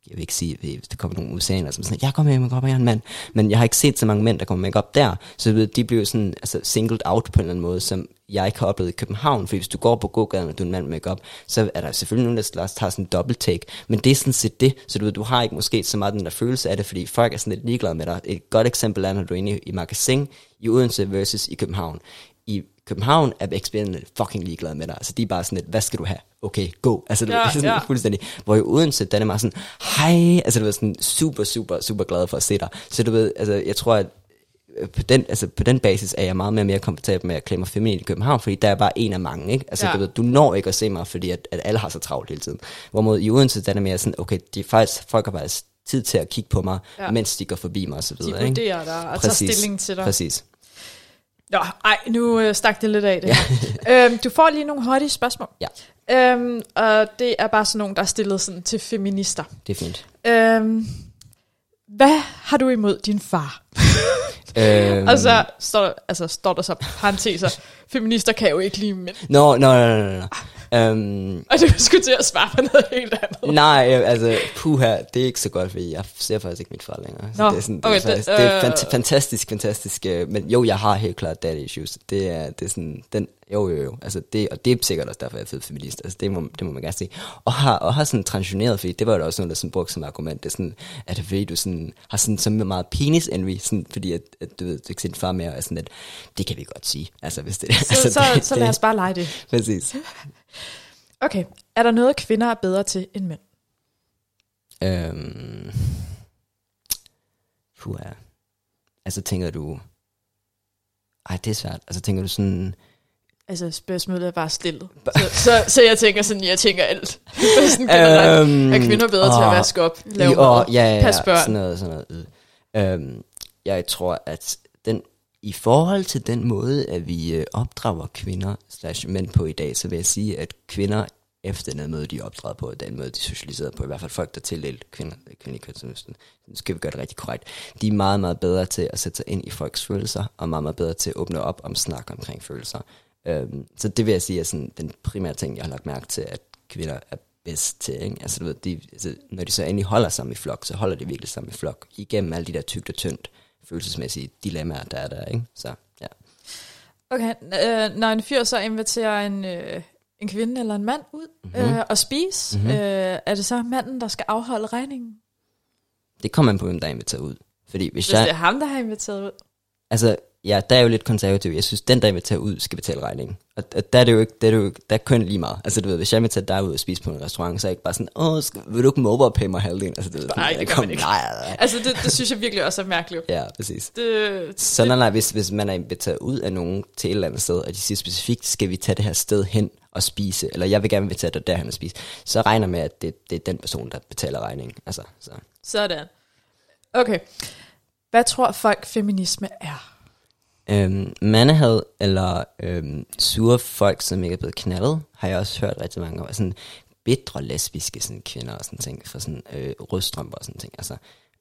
jeg vil ikke sige, hvis der kommer nogle museer, som sådan, jeg kommer med make-up, jeg er en mand, men jeg har ikke set så mange mænd, der kommer med make-up der, så de bliver sådan, altså singled out på en eller anden måde, som jeg ikke har oplevet i København, for hvis du går på gågaden, og du er en mand med make-up, så er der selvfølgelig nogen, der tager sådan en double take, men det er sådan set det, så du har ikke måske så meget den der følelse af det, fordi folk er sådan lidt ligeglade med dig. Et godt eksempel er, når du er inde i magasin i Odense versus i København. I København er ekspedienterne fucking ligeglade med dig. Altså de er bare sådan lidt, hvad skal du have? Okay, go. Altså det er sådan fuldstændig. Hvor i Odense, der er det meget sådan, hej. Altså du er sådan super, super, super glad for at se dig. Så du ved, altså jeg tror, at på den basis er jeg meget mere komfortabel med at klemme mig feminin i København, fordi der er bare en af mange, ikke? Altså du når ikke at se mig, fordi at alle har så travlt hele tiden. Hvorimod i Odense, der er det mere sådan, okay, folk har faktisk tid til at kigge på mig, mens de går forbi mig og så videre. De vurderer dig og tager stilling til dig. Præcis. Nå, nu stak det lidt af det her. Du får lige nogle hurtige spørgsmål. Ja. Og det er bare sådan nogle, der er stillet sådan til feminister. Det er fint. Hvad har du imod din far? Og så står der så parenteser. Feminister kan jo ikke lide mænd. Nå. Og du skulle til at svare på noget helt andet. Nej, altså, puha, det er ikke så godt, fordi jeg ser faktisk ikke mit far længere. Så det er sådan, det er fantastisk, men jo, jeg har helt klart daddy issues. Det er sådan, jo, altså det, og det er sikkert også derfor, jeg er fed feminist, altså det må man gerne sige. Og har sådan transitioneret, fordi det var jo også noget, der sådan brugte som argument, det er sådan, at det fordi du sådan, har sådan så meget penis envy, sådan, fordi at du ved, du ikke ser din far mere, og sådan, at det kan vi godt sige, altså hvis det så lad os bare lege det. Præcis. Okay, er der noget, kvinder er bedre til end mænd? Altså tænker du, det er svært, altså tænker du sådan, altså spørgsmålet er bare stillet. Så jeg tænker alt. Sådan generelt, er kvinder bedre til at vaske op, lave mad, passe børn? Sådan noget. Jeg tror, at i forhold til den måde, at vi opdrager kvinder /mænd på i dag, så vil jeg sige, at kvinder efter den måde, de er opdraget på, den måde, de er socialiseret på, i hvert fald folk, der tildeler kvindelig kønsudtryk, nu skal vi gøre det rigtig korrekt, de er meget, meget bedre til at sætte sig ind i folks følelser, og meget, meget bedre til at åbne op om snak omkring følelser. Så det vil jeg sige er sådan den primære ting, jeg har lagt mærke til, at kvinder er bedst til. Ikke? Altså, du ved, når de så endelig holder sammen i flok, så holder de virkelig sammen i flok, igennem alle de der tykt og tyndt følelsesmæssige dilemmaer, der er der. Ikke? Så, ja. Okay, når en fyr så inviterer en kvinde eller en mand ud og spise, er det så manden, der skal afholde regningen? Det kommer man på, hvem der er inviteret ud. Fordi hvis det er ham, der har inviteret ud? Altså, ja, der er jo lidt konservativ. Jeg synes, den der inviterer ud, skal betale regningen. Og der er det jo ikke, der er kun lige meget. Altså, du ved, hvis jeg inviterer dig ud og spise på en restaurant, så er jeg ikke bare sådan, vil du ikke overpay mig halvdelen? Altså, det, nej, det kan man ikke. Nej. Altså, det synes jeg virkelig også er mærkeligt. Ja, præcis. Så nej, hvis man er inviteret ud af nogen til et eller andet sted, og de siger specifikt, skal vi tage det her sted hen og spise, eller jeg vil gerne invitere dig derhen og spise, så regner med, at det er den person, der betaler regningen. Altså, så. Sådan. Okay. Hvad tror folk feminisme er? Mandehad eller sure folk, som ikke er blevet knaldet, har jeg også hørt rigtig mange af. Sådan bitre lesbiske sådan, kvinder og sådan ting, for sådan rødstrømper og sådan ting. Altså,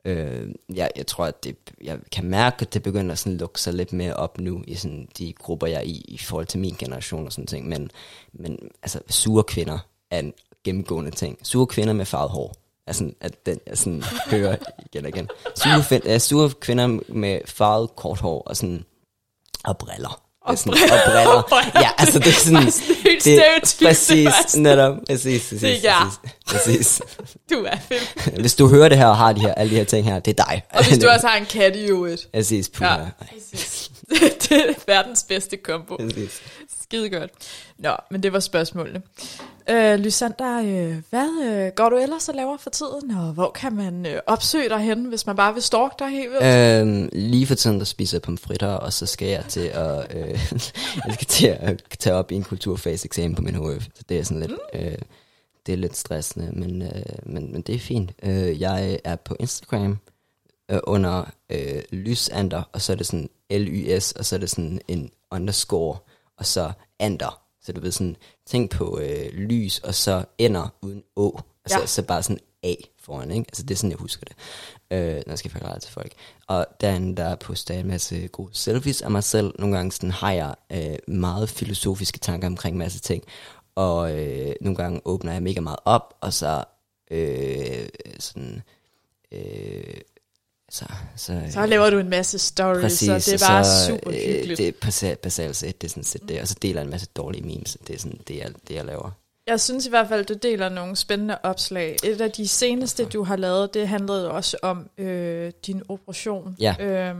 jeg tror, at jeg kan mærke, at det begynder at sådan lukke sig lidt mere op nu i sådan de grupper, jeg er i forhold til min generation og sådan ting. Men altså, sure kvinder er en gennemgående ting. Sure kvinder med farvet hår. Altså, at den jeg sådan hører igen og igen. Sure kvinder med farvet kort hår og sådan og briller. Og briller. Ja, altså det er sådan det er præcis, netop, præcis. Du er fedt. Hvis du hører det her og har alle de her ting her, det er dig. Og hvis du også har en kat i øvrigt. Præcis, det er verdens bedste kombo. Skide godt. Nå, men det var spørgsmålene. Lysander, hvad går du ellers og laver for tiden, og hvor kan man opsøge dig hen, hvis man bare vil stalke dig helt vildt? Lige for tiden, der spiser jeg pomfritter, og så skal jeg til at, jeg skal til at tage op i en kulturfagseksamen på min HF, så det er sådan lidt, det er lidt stressende, men det er fint. Jeg er på Instagram under Lysander, og så er det sådan LYS, og så er det sådan en underscore, og så ander. Så du ved sådan, tænk på lys, og så ender uden å. Altså så bare sådan A foran, ikke? Altså det er sådan, jeg husker det, når jeg skal forklare til folk. Og derinde, der poster jeg en masse gode selfies af mig selv. Nogle gange sådan har jeg meget filosofiske tanker omkring en masse ting. Og nogle gange åbner jeg mega meget op, og så sådan... Så laver du en masse stories, præcis, så det er bare super hyggeligt. Det er basalt set, det er sådan set det. Og så deler en masse dårlige memes. Det er sådan det, jeg laver. Jeg synes i hvert fald, du deler nogle spændende opslag. Et af de seneste, du har lavet, det handlede også om din operation. Ja.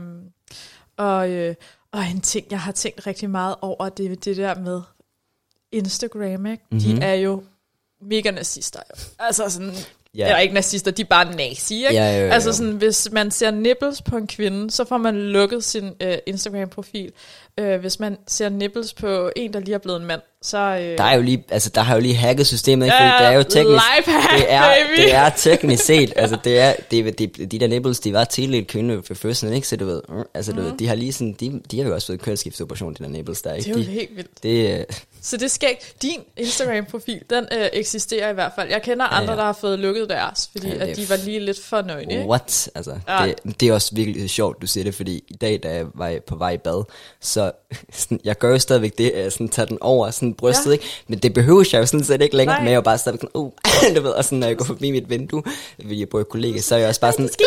Og en ting, jeg har tænkt rigtig meget over, det er det der med Instagram, ikke? De er jo mega nazister. Altså sådan... Eller ikke nazister, de er bare nazi, ikke? Ja, jo. Altså sådan, hvis man ser nipples på en kvinde, så får man lukket sin Instagram-profil. Hvis man ser nipples på en, der lige er blevet en mand, så... Der har jo lige hacket systemet, ikke? Fordi det er jo teknisk... Det er teknisk set, altså de der nipples, de var tildelt kvinde ved fødslen, ikke? Så du ved, de har lige sådan, de har jo også fået kønsskiftsoperation, de der nipples der, ikke? Det er jo helt vildt. Så det skal ikke... Din Instagram-profil, den eksisterer i hvert fald. Jeg kender andre, der har fået lukket deres, fordi at de var lige lidt for nøgne, ikke? What? Altså, det er også virkelig sjovt, du siger det, fordi i dag, da jeg var på vej i bad, så sådan, jeg gør jo stadigvæk det, at sådan tager den over sådan brystet, ikke? Men det behøver jeg jo sådan set ikke længere med, at bare stadigvæk sådan, du ved, og sådan, når jeg går forbi mit vindue, fordi jeg bor i kollega, så er jeg også bare sådan,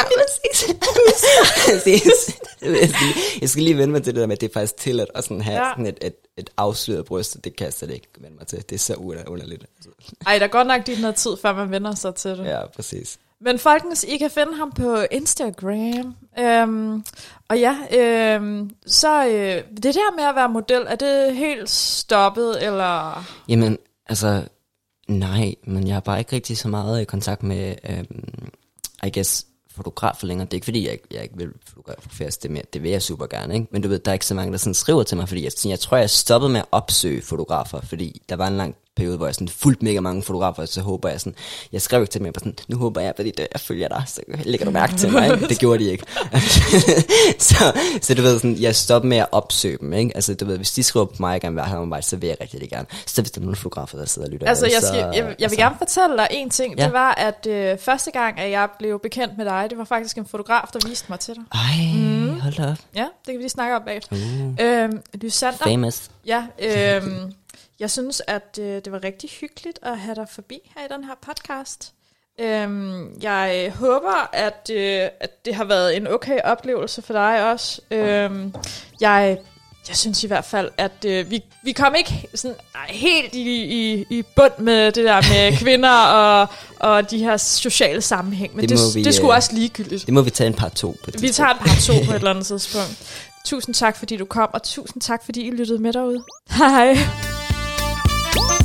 jeg skal lige vende mig til det der med, at det er faktisk tilladt at sådan have sådan et afsløret bryst, det kan jeg slet ikke vende mig til. Det er så underligt. Ej, der går nok lige noget tid, før man vender sig til det. Ja, præcis. Men folkens, I kan finde ham på Instagram. Så det der med at være model, er det helt stoppet, eller? Jamen, altså, nej, men jeg har bare ikke rigtig så meget i kontakt med, I guess, fotografer længere. Det er ikke fordi, jeg ikke vil fotograferes det mere. Det vil jeg super gerne, ikke? Men du ved, der er ikke så mange, der sådan skriver til mig, fordi jeg tror, jeg stoppede med at opsøge fotografer, fordi der var en lang periode, hvor jeg sådan fulgte mega mange fotografer, så håber jeg sådan, jeg skrev ikke til dem, jeg sådan, nu håber jeg, fordi jeg følger dig, så lægger du mærke til mig, ikke? Det gjorde de ikke. så du ved sådan, jeg stoppede med at opsøge dem, ikke? Altså du ved, hvis de skriver på mig, og gerne vil have arbejde, så vil jeg rigtig gerne. Så hvis der er nogle fotografer, der sidder og lytter. Altså jeg vil gerne fortælle dig en ting, det var, at første gang, at jeg blev bekendt med dig, det var faktisk en fotograf, der viste mig til dig. Ej, hold da op. Ja, det kan vi lige snakke om bagefter. Lysander. Famous. Ja, jeg synes, at det var rigtig hyggeligt at have dig forbi her i den her podcast. Jeg håber, at det har været en okay oplevelse for dig også. Jeg synes i hvert fald, at vi kom ikke sådan helt i bund med det der med kvinder og de her sociale sammenhæng, men det skulle også ligegyldigt. Det må vi tage en part 2 på et tidspunkt. Vi tager en part 2 på et eller andet tidspunkt. Tusind tak, fordi du kom, og tusind tak, fordi I lyttede med derude. Hej.